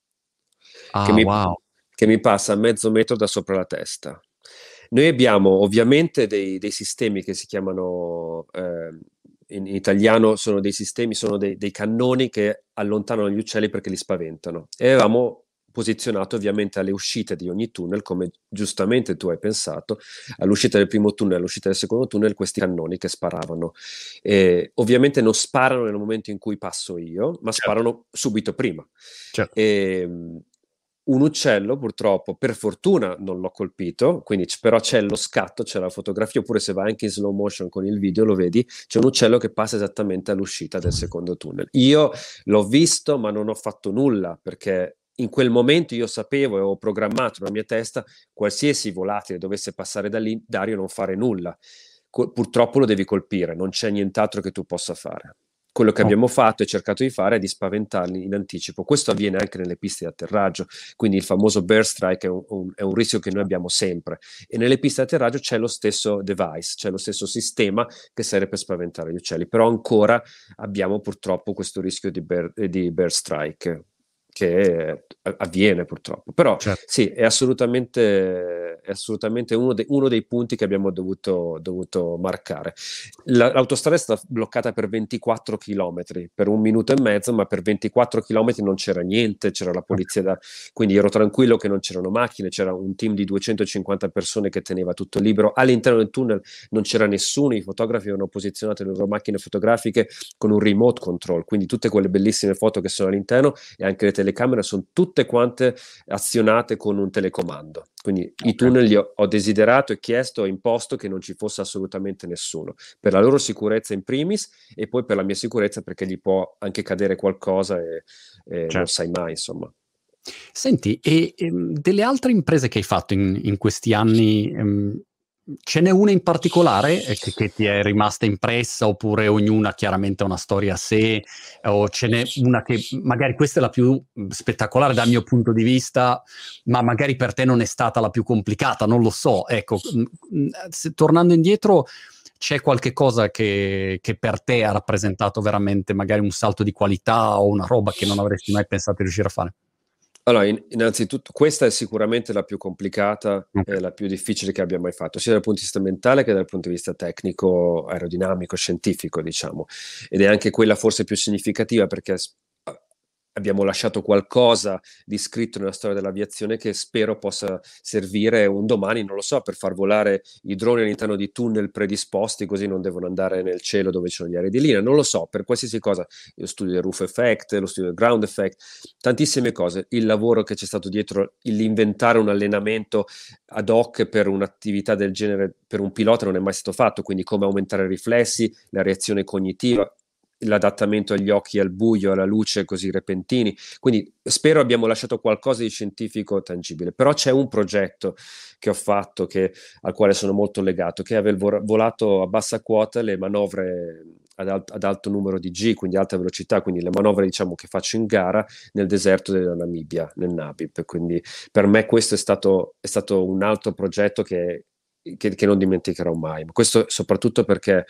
che ah, mi, wow. che mi passa a mezzo metro da sopra la testa. Noi abbiamo ovviamente dei, dei sistemi che si chiamano, eh, in, in italiano sono dei sistemi, sono dei, dei cannoni che allontanano gli uccelli perché li spaventano. E avevamo posizionato ovviamente alle uscite di ogni tunnel, come giustamente tu hai pensato, all'uscita del primo tunnel, all'uscita del secondo tunnel, questi cannoni che sparavano. E ovviamente non sparano nel momento in cui passo io, ma Certo, sparano subito prima. certo. E, un uccello, purtroppo, per fortuna non l'ho colpito, quindi c- però c'è lo scatto, c'è la fotografia, oppure se vai anche in slow motion con il video lo vedi, c'è un uccello che passa esattamente all'uscita del secondo tunnel. Io l'ho visto, ma non ho fatto nulla, perché in quel momento io sapevo e ho programmato nella mia testa qualsiasi volatile dovesse passare da lì, Dario, non fare nulla. Co- purtroppo lo devi colpire, non c'è nient'altro che tu possa fare. Quello che Oh, abbiamo fatto e cercato di fare è di spaventarli in anticipo. Questo avviene anche nelle piste di atterraggio, quindi il famoso bird strike è un, un, è un rischio che noi abbiamo sempre. E nelle piste di atterraggio c'è lo stesso device, c'è lo stesso sistema che serve per spaventare gli uccelli, però ancora abbiamo purtroppo questo rischio di bird, di bird strike che avviene purtroppo. Però certo. sì, è assolutamente, è assolutamente uno, de, uno dei punti che abbiamo dovuto, dovuto marcare. La, l'autostrada è stata bloccata per ventiquattro chilometri, per un minuto e mezzo, ma per ventiquattro chilometri non c'era niente, c'era la polizia da... Quindi ero tranquillo che non c'erano macchine, c'era un team di duecentocinquanta persone che teneva tutto libero. All'interno del tunnel non c'era nessuno, i fotografi avevano posizionato le loro macchine fotografiche con un remote control, quindi tutte quelle bellissime foto che sono all'interno e anche le telecamere sono tutte quante azionate con un telecomando. Quindi i Ok. tunnel li ho, ho desiderato e chiesto e imposto che non ci fosse assolutamente nessuno, per la loro sicurezza in primis e poi per la mia sicurezza perché gli può anche cadere qualcosa e, e non Certo. sai mai, insomma. Senti, e ehm, delle altre imprese che hai fatto in, in questi anni, ehm, ce n'è una in particolare eh, che, che ti è rimasta impressa, oppure ognuna chiaramente ha una storia a sé, o ce n'è una che magari questa è la più mh, spettacolare dal mio punto di vista, ma magari per te non è stata la più complicata, non lo so. Ecco, mh, mh, se- tornando indietro, c'è qualche cosa che, che per te ha rappresentato veramente magari un salto di qualità o una roba che non avresti mai pensato di riuscire a fare? Allora, in- innanzitutto, questa è sicuramente la più complicata Ok. e la più difficile che abbia mai fatto, sia dal punto di vista mentale che dal punto di vista tecnico, aerodinamico, scientifico, diciamo. Ed è anche quella forse più significativa perché s- abbiamo lasciato qualcosa di scritto nella storia dell'aviazione che spero possa servire un domani, non lo so, per far volare i droni all'interno di tunnel predisposti, così non devono andare nel cielo dove ci sono gli aerei di linea, non lo so, per qualsiasi cosa. Io studio il roof effect, lo studio del ground effect, tantissime cose, il lavoro che c'è stato dietro, l'inventare un allenamento ad hoc per un'attività del genere per un pilota non è mai stato fatto, quindi come aumentare i riflessi, la reazione cognitiva, l'adattamento agli occhi al buio, alla luce così repentini. Quindi spero abbiamo lasciato qualcosa di scientifico tangibile. Però c'è un progetto che ho fatto che, al quale sono molto legato, che è aver volato a bassa quota le manovre ad, alt- ad alto numero di G, quindi alta velocità, quindi le manovre diciamo che faccio in gara nel deserto della Namibia, nel Namib. Quindi per me questo è stato, è stato un altro progetto che, che, che non dimenticherò mai. Questo soprattutto perché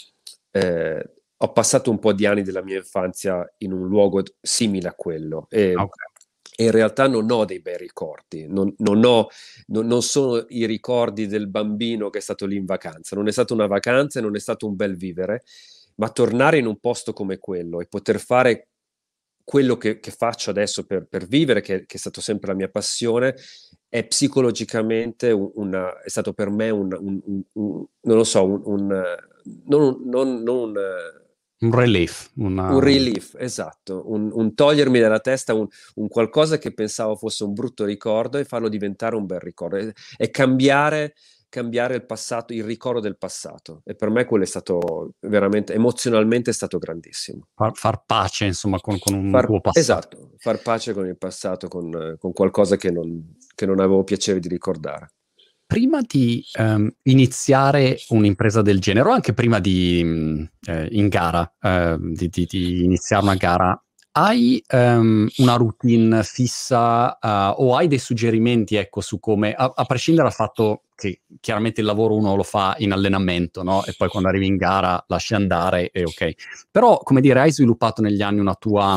eh, ho passato un po' di anni della mia infanzia in un luogo simile a quello e, Ok. e in realtà non ho dei bei ricordi, non, non ho, non, non sono i ricordi del bambino che è stato lì in vacanza, non è stata una vacanza e non è stato un bel vivere, ma tornare in un posto come quello e poter fare quello che, che faccio adesso per, per vivere, che, che è stato sempre la mia passione, è psicologicamente un- una, è stato per me un, un- un- un- non lo so, un, un, non, non, non, Un relief, un una... relief, esatto, un, un togliermi dalla testa un, un qualcosa che pensavo fosse un brutto ricordo e farlo diventare un bel ricordo, e, e cambiare, cambiare il passato, il ricordo del passato. E per me quello è stato veramente, emozionalmente è stato grandissimo. far, far pace, insomma, con, con un Far, tuo passato. esatto, far pace con il passato, con, con qualcosa che non, che non avevo piacere di ricordare. prima di um, iniziare un'impresa del genere, o anche prima di mh, eh, in gara, eh, di, di, di iniziare una gara, hai um, una routine fissa uh, o hai dei suggerimenti, ecco, su come, a, a prescindere dal fatto che chiaramente il lavoro uno lo fa in allenamento, no? E poi quando arrivi in gara lasci andare e ok. Però, come dire, hai sviluppato negli anni una tua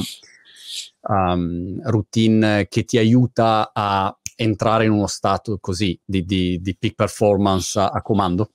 um, routine che ti aiuta a entrare in uno stato così di, di, di peak performance a, a comando?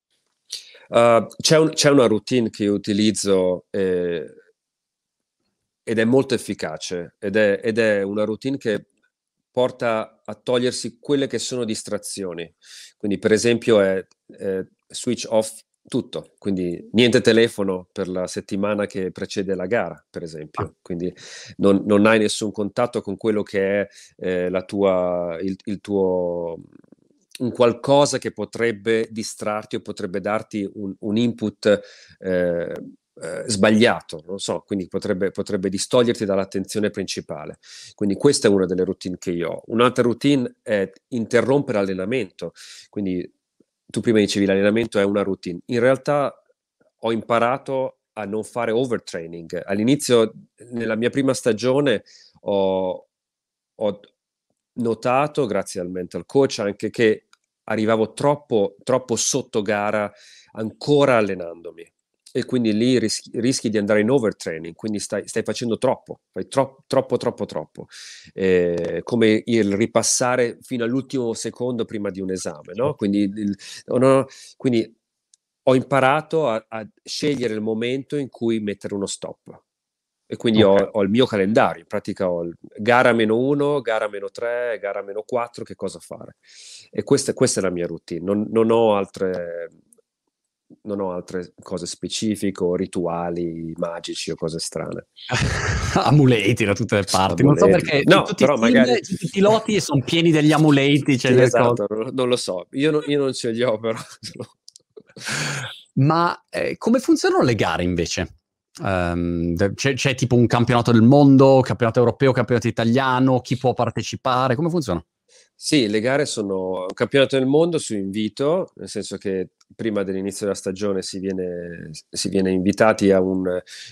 Uh, c'è, un, c'è una routine che io utilizzo eh, ed è molto efficace, ed è, ed è una routine che porta a togliersi quelle che sono distrazioni. Quindi, per esempio, è, è switch off tutto, quindi niente telefono per la settimana che precede la gara, per esempio. Ah. Quindi non, non hai nessun contatto con quello che è eh, la tua, il, il tuo un qualcosa che potrebbe distrarti o potrebbe darti un, un input eh, eh, sbagliato, non so, quindi potrebbe, potrebbe distoglierti dall'attenzione principale. Quindi questa è una delle routine che io ho. Un'altra routine è interrompere l'allenamento, quindi tu prima dicevi l'allenamento è una routine. In realtà ho imparato a non fare overtraining. All'inizio, nella mia prima stagione, ho, ho notato, grazie al mental coach, anche che arrivavo troppo, troppo sotto gara ancora allenandomi. E quindi lì rischi, rischi di andare in overtraining, quindi stai, stai facendo troppo, fai troppo, troppo, troppo, troppo. Eh, come il ripassare fino all'ultimo secondo prima di un esame, no? Quindi, il, no, quindi ho imparato a, a scegliere il momento in cui mettere uno stop. E quindi Okay. ho, ho il mio calendario, in pratica ho il, gara meno uno, gara meno tre, gara meno quattro, che cosa fare. E questa, questa è la mia routine, non, non ho altre... non ho altre cose specifiche o rituali magici o cose strane. Amuleti da tutte le parti. Non so Amuleti. perché No, tutti i però film, magari... tutti i piloti sono pieni degli amuleti, cioè Sì, delle cose. esatto, non, non lo so. Io, no, io non ce li ho, però... Ma eh, come funzionano le gare invece? Um, c'è, c'è tipo un campionato del mondo, campionato europeo, campionato italiano, chi può partecipare? Come funziona? Sì, le gare sono un campionato del mondo su invito, nel senso che prima dell'inizio della stagione si viene, si viene invitati a un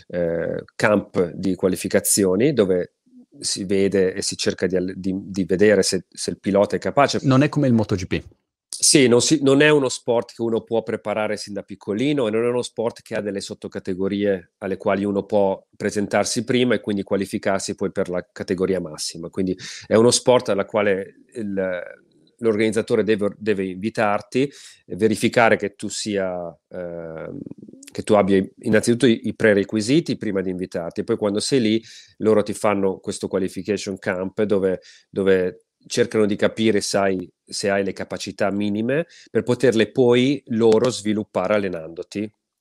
eh, camp di qualificazioni dove si vede e si cerca di, di, di vedere se, se il pilota è capace. Non è come il MotoGP. Sì, non, si, non è uno sport che uno può preparare sin da piccolino e non è uno sport che ha delle sottocategorie alle quali uno può presentarsi prima e quindi qualificarsi poi per la categoria massima. Quindi è uno sport alla quale il, l'organizzatore deve, deve invitarti, verificare che tu sia, eh, che tu abbia innanzitutto i, i prerequisiti prima di invitarti e poi quando sei lì loro ti fanno questo qualification camp dove, dove cercano di capire se hai, se hai le capacità minime per poterle poi loro sviluppare allenandoti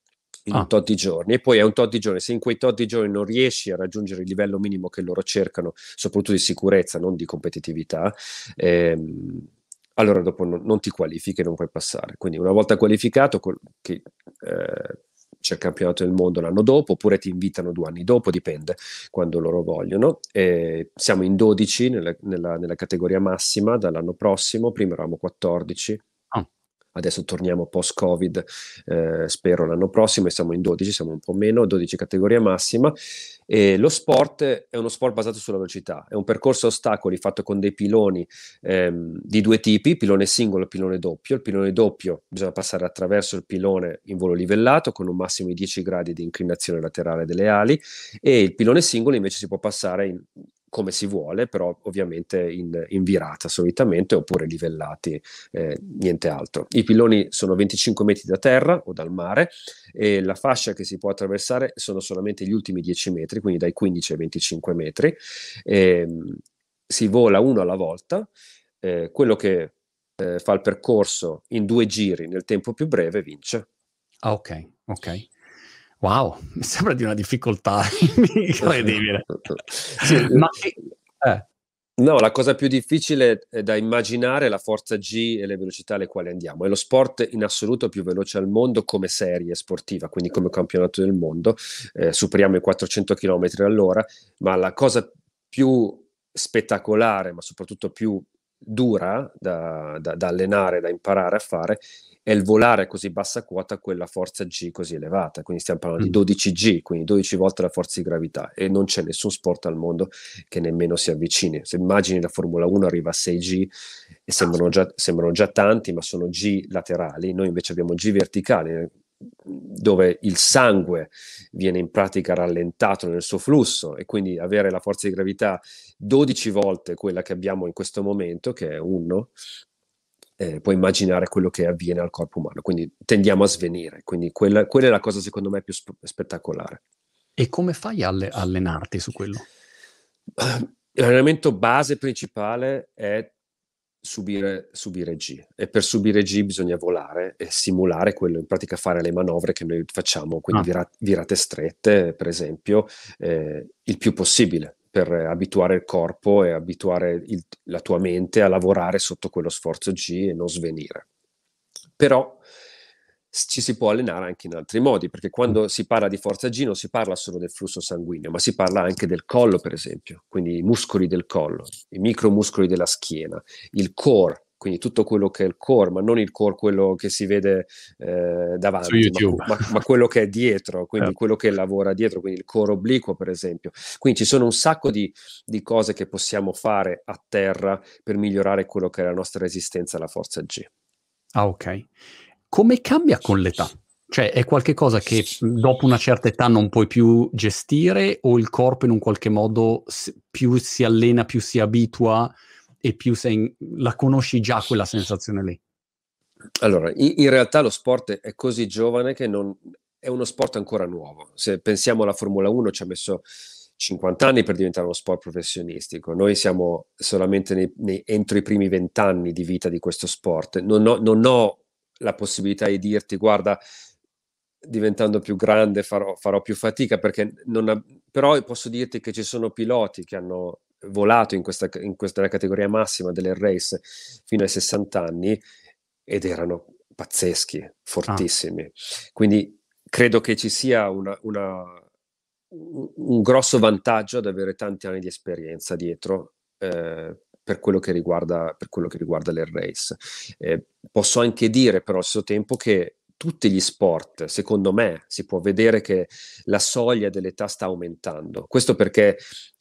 in Ah. un tot di giorni. E poi è un tot di giorni, se in quei tot di giorni non riesci a raggiungere il livello minimo che loro cercano, soprattutto di sicurezza, non di competitività, ehm, allora dopo non, non ti qualifichi e non puoi passare. Quindi una volta qualificato, che, eh, c'è il campionato del mondo l'anno dopo, oppure ti invitano due anni dopo, dipende quando loro vogliono. E siamo in dodici nella, nella, nella categoria massima dall'anno prossimo, prima eravamo quattordici. Ah. Adesso torniamo post-Covid, eh, spero l'anno prossimo, e siamo in dodici, siamo un po' meno, dodici categoria massima. E lo sport è uno sport basato sulla velocità, è un percorso a ostacoli fatto con dei piloni ehm, di due tipi, pilone singolo e pilone doppio. Il pilone doppio bisogna passare attraverso il pilone in volo livellato con un massimo di dieci gradi di inclinazione laterale delle ali, e il pilone singolo invece si può passare in come si vuole, però ovviamente in, in virata solitamente, oppure livellati, eh, niente altro. I piloni sono venticinque metri da terra o dal mare e la fascia che si può attraversare sono solamente gli ultimi dieci metri, quindi dai quindici ai venticinque metri. E, si vola uno alla volta, eh, quello che eh, fa il percorso in due giri nel tempo più breve vince. Ah, ok, ok. Wow, mi sembra di una difficoltà incredibile. Sì, Ma che... Eh. No, la cosa più difficile da immaginare è la forza G e le velocità alle quali andiamo. È lo sport in assoluto più veloce al mondo come serie sportiva, quindi come campionato del mondo. Eh, superiamo i quattrocento chilometri all'ora, ma la cosa più spettacolare, ma soprattutto più dura da, da, da allenare, da imparare a fare, è il volare a così bassa quota, quella forza G così elevata. Quindi stiamo parlando Mm. di dodici G, quindi dodici volte la forza di gravità, e non c'è nessun sport al mondo che nemmeno si avvicini. Se immagini la Formula uno arriva a sei G e sembrano già, sembrano già tanti, ma sono G laterali. Noi invece abbiamo G verticali, dove il sangue viene in pratica rallentato nel suo flusso, e quindi avere la forza di gravità dodici volte quella che abbiamo in questo momento, che è uno, eh, puoi immaginare quello che avviene al corpo umano. Quindi tendiamo a svenire. Quindi quella, quella è la cosa secondo me più sp- spettacolare. E come fai a alle- a allenarti su quello? L'allenamento base principale è subire, subire G, e per subire G bisogna volare e simulare quello, in pratica fare le manovre che noi facciamo, quindi Ah, vira- virate strette, per esempio, eh, il più possibile, per abituare il corpo e abituare il- la tua mente a lavorare sotto quello sforzo G e non svenire. Però s- ci si può allenare anche in altri modi, perché mm, quando si parla di forza G non si parla solo del flusso sanguigno, ma si parla anche del collo, per esempio, quindi i muscoli del collo, i micromuscoli della schiena, il core, quindi tutto quello che è il core, ma non il core quello che si vede eh, su davanti, ma, YouTube. ma, ma quello che è dietro, quindi Certo. quello che lavora dietro, quindi il core obliquo, per esempio. Quindi ci sono un sacco di, di cose che possiamo fare a terra per migliorare quello che è la nostra resistenza alla forza G. Ah, ok. Come cambia con l'età? Cioè, è qualche cosa che mh, dopo una certa età non puoi più gestire, o il corpo in un qualche modo s- più si allena, più si abitua e più sei in- la conosci già quella sensazione lì? Allora, in, in realtà lo sport è così giovane che non, è uno sport ancora nuovo. Se pensiamo alla Formula uno, ci ha messo cinquanta anni per diventare uno sport professionistico. Noi siamo solamente nei, nei- entro i primi venti anni di vita di questo sport. Non ho, non ho la possibilità di dirti, guarda, diventando più grande farò, farò più fatica, perché non ha- però posso dirti che ci sono piloti che hanno volato in questa, in questa categoria massima delle race fino ai sessanta anni, ed erano pazzeschi, Ah, fortissimi. Quindi credo che ci sia una, una, un un grosso vantaggio ad avere tanti anni di esperienza dietro, eh, per quello che riguarda, per quello che riguarda le race. Eh, posso anche dire però allo stesso tempo che tutti gli sport, secondo me, si può vedere che la soglia dell'età sta aumentando. Questo perché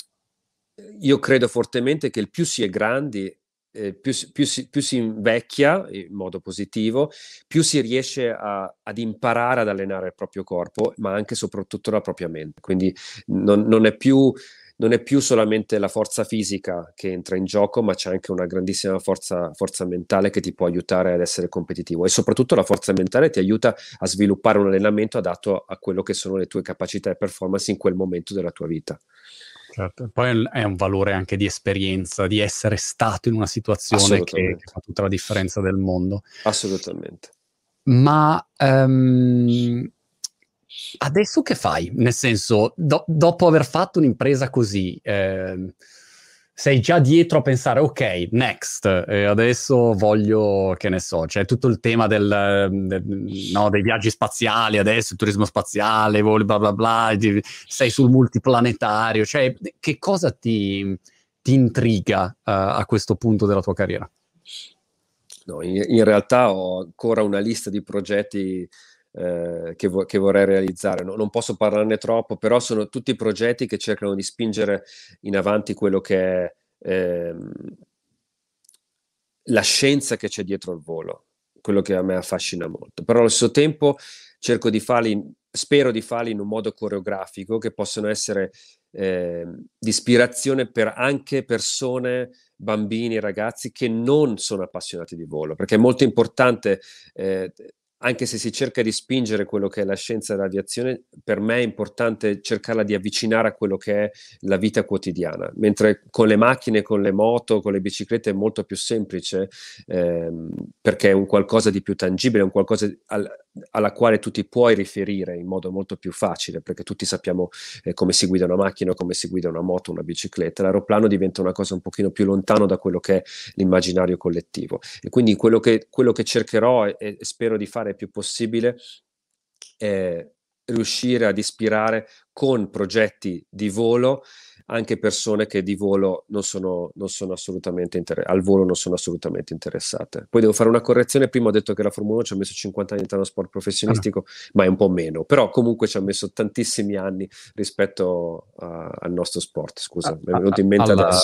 io credo fortemente che il più si è grandi, eh, più, si- più si, più si invecchia in modo positivo, più si riesce a- ad imparare ad allenare il proprio corpo, ma anche e soprattutto la propria mente. Quindi non, non è più, non è più solamente la forza fisica che entra in gioco, ma c'è anche una grandissima forza, forza mentale che ti può aiutare ad essere competitivo, e soprattutto la forza mentale ti aiuta a sviluppare un allenamento adatto a quello che sono le tue capacità e performance in quel momento della tua vita. certo. Poi è un è un valore anche di esperienza, di essere stato in una situazione che, che Assolutamente. fa tutta la differenza del mondo. Assolutamente. Ma ehm, adesso che fai? Nel senso, do- dopo aver fatto un'impresa così, ehm, sei già dietro a pensare, ok, next, e adesso voglio, che ne so, c'è tutto il tema del, del- no, dei viaggi spaziali, adesso il turismo spaziale, voli bla bla bla, di- sei sul multiplanetario, cioè che cosa ti, ti intriga, eh, a questo punto della tua carriera? No, in, in realtà ho ancora una lista di progetti eh, che, vo- che vorrei realizzare. No- non posso parlarne troppo, però sono tutti progetti che cercano di spingere in avanti quello che è ehm, la scienza che c'è dietro al volo, quello che a me affascina molto. Però allo stesso tempo cerco di farli, spero di farli in un modo coreografico, che possono essere eh, di ispirazione per anche persone, bambini, ragazzi che non sono appassionati di volo, perché è molto importante, eh, anche se si cerca di spingere quello che è la scienza dell'aviazione, per me è importante cercarla di avvicinare a quello che è la vita quotidiana, mentre con le macchine, con le moto, con le biciclette è molto più semplice, ehm, perché è un qualcosa di più tangibile, un qualcosa al, alla quale tu ti puoi riferire in modo molto più facile, perché tutti sappiamo eh, come si guida una macchina, come si guida una moto, una bicicletta. L'aeroplano diventa una cosa un pochino più lontano da quello che è l'immaginario collettivo. E quindi quello che, quello che cercherò e, e spero di fare il più possibile è riuscire ad ispirare con progetti di volo anche persone che di volo non sono, non sono assolutamente inter- al volo non sono assolutamente interessate. Poi devo fare una correzione: prima ho detto che la Formula uno ci ha messo cinquanta anni tra uno sport Ah, professionistico, ma è un po' meno, però comunque ci ha messo tantissimi anni rispetto a- al nostro sport. Scusa, ah, mi è ah, venuto ah, in mente al- adesso.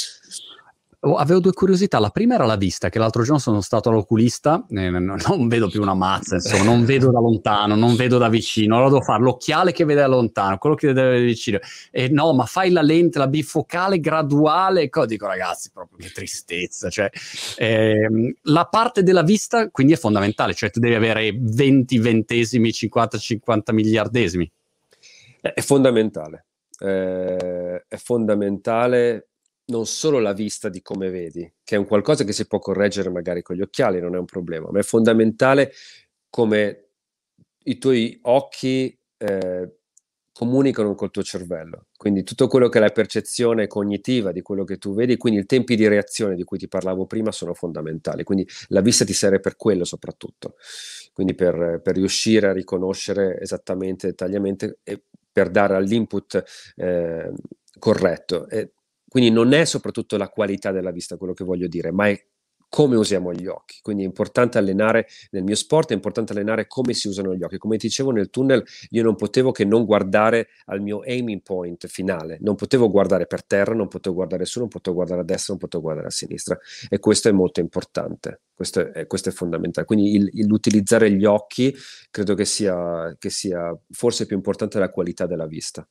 Oh, avevo due curiosità. La prima era la vista, che l'altro giorno sono stato all'oculista, eh, n- non vedo più una mazza, insomma, non vedo da lontano, non vedo da vicino. Allora devo fare l'occhiale che vede da lontano, quello che vede da vicino. E no, ma fai la lente, la bifocale graduale. Co- Dico, ragazzi, proprio che tristezza. Cioè, ehm, la parte della vista quindi è fondamentale, cioè tu devi avere venti ventesimi, cinquanta cinquanta miliardesimi. È è fondamentale. Eh, è fondamentale non solo la vista di come vedi, che è un qualcosa che si può correggere magari con gli occhiali, non è un problema, ma è fondamentale come i tuoi occhi eh, comunicano col tuo cervello. Quindi tutto quello che è la percezione cognitiva di quello che tu vedi, quindi i tempi di reazione di cui ti parlavo prima sono fondamentali. Quindi la vista ti serve per quello soprattutto, quindi per, per riuscire a riconoscere esattamente, dettagliamente, e per dare all'input eh, corretto. E quindi non è soprattutto la qualità della vista quello che voglio dire, ma è come usiamo gli occhi. Quindi è importante allenare, nel mio sport è importante allenare come si usano gli occhi. Come ti dicevo, nel tunnel io non potevo che non guardare al mio aiming point finale, non potevo guardare per terra, non potevo guardare su, non potevo guardare a destra, non potevo guardare a sinistra, e questo è molto importante, questo è, questo è fondamentale. Quindi il, il, l'utilizzare gli occhi credo che sia, che sia forse più importante della qualità della vista.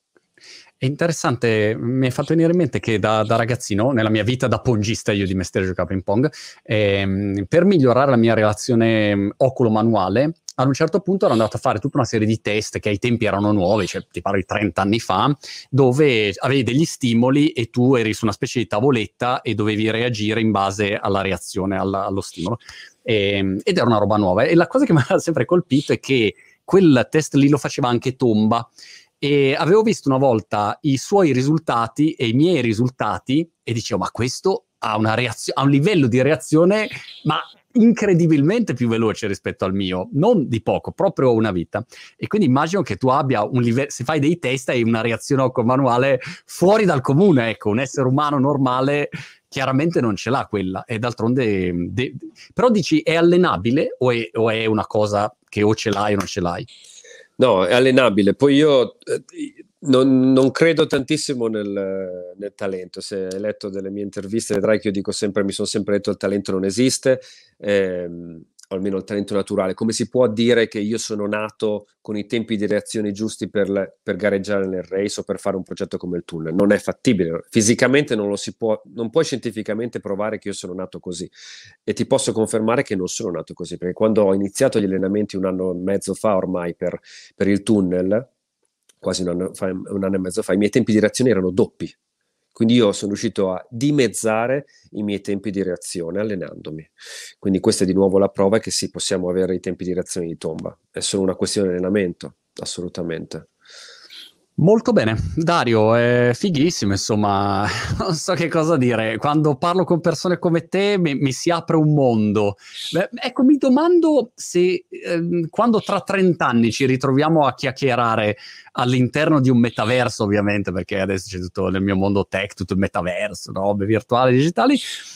È interessante, mi è fatto venire in mente che da, da ragazzino, nella mia vita da pongista, io di mestiere giocavo in pong, ehm, per migliorare la mia relazione mh, oculo-manuale, ad un certo punto ero andato a fare tutta una serie di test che ai tempi erano nuovi, cioè ti parlo di trenta anni fa, dove avevi degli stimoli e tu eri su una specie di tavoletta e dovevi reagire in base alla reazione alla, allo stimolo. E, ed era una roba nuova. E la cosa che mi ha sempre colpito è che quel test lì lo faceva anche Tomba, e avevo visto una volta i suoi risultati e i miei risultati e dicevo, ma questo ha una reazione, ha un livello di reazione ma incredibilmente più veloce rispetto al mio, non di poco, proprio una vita. E quindi immagino che tu abbia un livello, se fai dei test hai una reazione manuale fuori dal comune, ecco, un essere umano normale chiaramente non ce l'ha quella, e d'altronde de- però dici è allenabile o è, o è una cosa che o ce l'hai o non ce l'hai? No, è allenabile. Poi io eh, non, non credo tantissimo nel, nel talento. Se hai letto delle mie interviste, vedrai che io dico sempre, mi sono sempre detto il talento non esiste, ehm, o almeno il talento naturale. Come si può dire che io sono nato con i tempi di reazione giusti per, le- per gareggiare nel race o per fare un progetto come il tunnel? Non è fattibile. Fisicamente non lo si può, non puoi scientificamente provare che io sono nato così. E ti posso confermare che non sono nato così, perché quando ho iniziato gli allenamenti un anno e mezzo fa ormai per per il tunnel, quasi un anno, fa, un anno e mezzo fa, i miei tempi di reazione erano doppi. Quindi io sono riuscito a dimezzare i miei tempi di reazione allenandomi. Quindi questa è di nuovo la prova che sì, possiamo avere i tempi di reazione di Tomba. È solo una questione di allenamento, assolutamente. Molto bene, Dario, è fighissimo, insomma, non so che cosa dire. Quando parlo con persone come te mi, mi si apre un mondo. Beh, ecco, mi domando se ehm, quando tra trenta anni ci ritroviamo a chiacchierare all'interno di un metaverso, ovviamente, perché adesso c'è tutto nel mio mondo tech, tutto il metaverso, robe virtuali, digitali,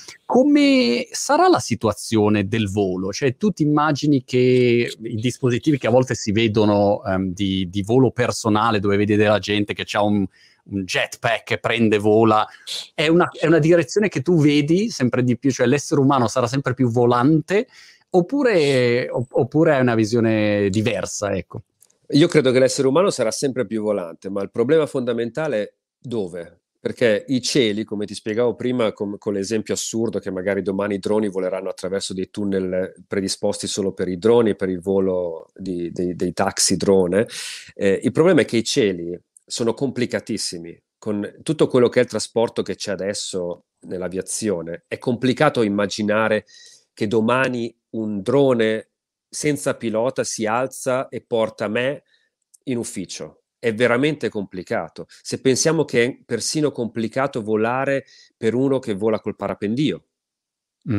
come sarà la situazione del volo? Cioè, tu ti immagini che i dispositivi che a volte si vedono ehm, di, di volo personale, dove vedi della gente che ha un, un jetpack che prende vola, è una, è una direzione che tu vedi sempre di più, cioè l'essere umano sarà sempre più volante, oppure, oppure è una visione diversa, ecco. Io credo che l'essere umano sarà sempre più volante, ma il problema fondamentale è dove? Perché i cieli, come ti spiegavo prima, com- con l'esempio assurdo che magari domani i droni voleranno attraverso dei tunnel predisposti solo per i droni, per il volo di- dei, dei taxi drone, eh, il problema è che i cieli sono complicatissimi. Con tutto quello che è il trasporto che c'è adesso nell'aviazione, è complicato immaginare che domani un drone senza pilota si alza e porta me in ufficio. È veramente complicato. Se pensiamo che è persino complicato volare per uno che vola col parapendio. Mm.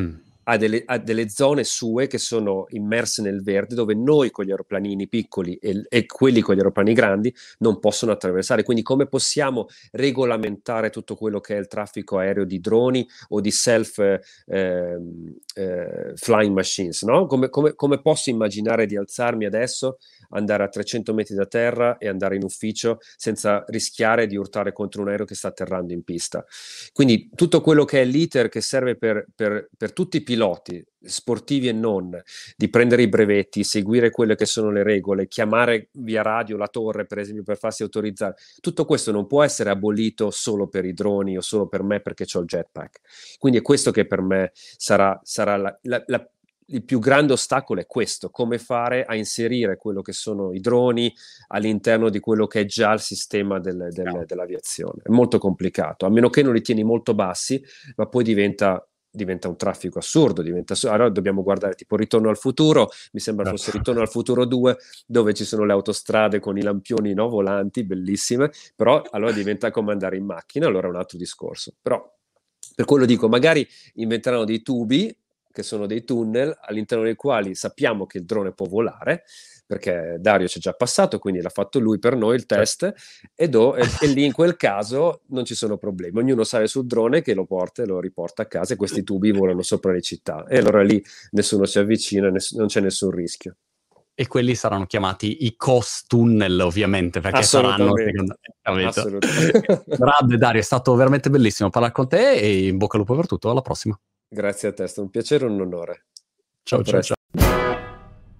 ha delle, ha delle zone sue che sono immerse nel verde, dove noi con gli aeroplanini piccoli e, e quelli con gli aeroplani grandi non possono attraversare. Quindi come possiamo regolamentare tutto quello che è il traffico aereo di droni o di self eh, eh, flying machines, no? Come, come, come posso immaginare di alzarmi adesso, andare a trecento metri da terra e andare in ufficio senza rischiare di urtare contro un aereo che sta atterrando in pista? Quindi tutto quello che è l'iter che serve per, per, per tutti i piloti, sportivi e non, di prendere i brevetti, seguire quelle che sono le regole, chiamare via radio la torre, per esempio, per farsi autorizzare, tutto questo non può essere abolito solo per i droni o solo per me perché ho il jetpack. Quindi è questo che per me sarà, sarà la, la, la il più grande ostacolo, è questo: come fare a inserire quello che sono i droni all'interno di quello che è già il sistema del, del, dell'aviazione. È molto complicato, a meno che non li tieni molto bassi, ma poi diventa diventa un traffico assurdo, diventa allora dobbiamo guardare tipo Ritorno al futuro, mi sembra fosse Ritorno al futuro due, dove ci sono le autostrade con i lampioni, no, volanti, bellissime, però allora diventa come andare in macchina, allora è un altro discorso. Però per quello dico, magari inventeranno dei tubi che sono dei tunnel all'interno dei quali sappiamo che il drone può volare, perché Dario ci è già passato, quindi l'ha fatto lui per noi il test, e, do, e, e lì in quel caso non ci sono problemi, ognuno sale sul drone che lo porta e lo riporta a casa, e questi tubi volano sopra le città, e allora lì nessuno si avvicina, ness- non c'è nessun rischio. E quelli saranno chiamati i coast tunnel, ovviamente, perché saranno secondo me. Assolutamente. Brad, Dario, è stato veramente bellissimo parlare con te, e in bocca al lupo per tutto. Alla prossima. Grazie a te, è stato un piacere e un onore. Ciao, ciao, ciao.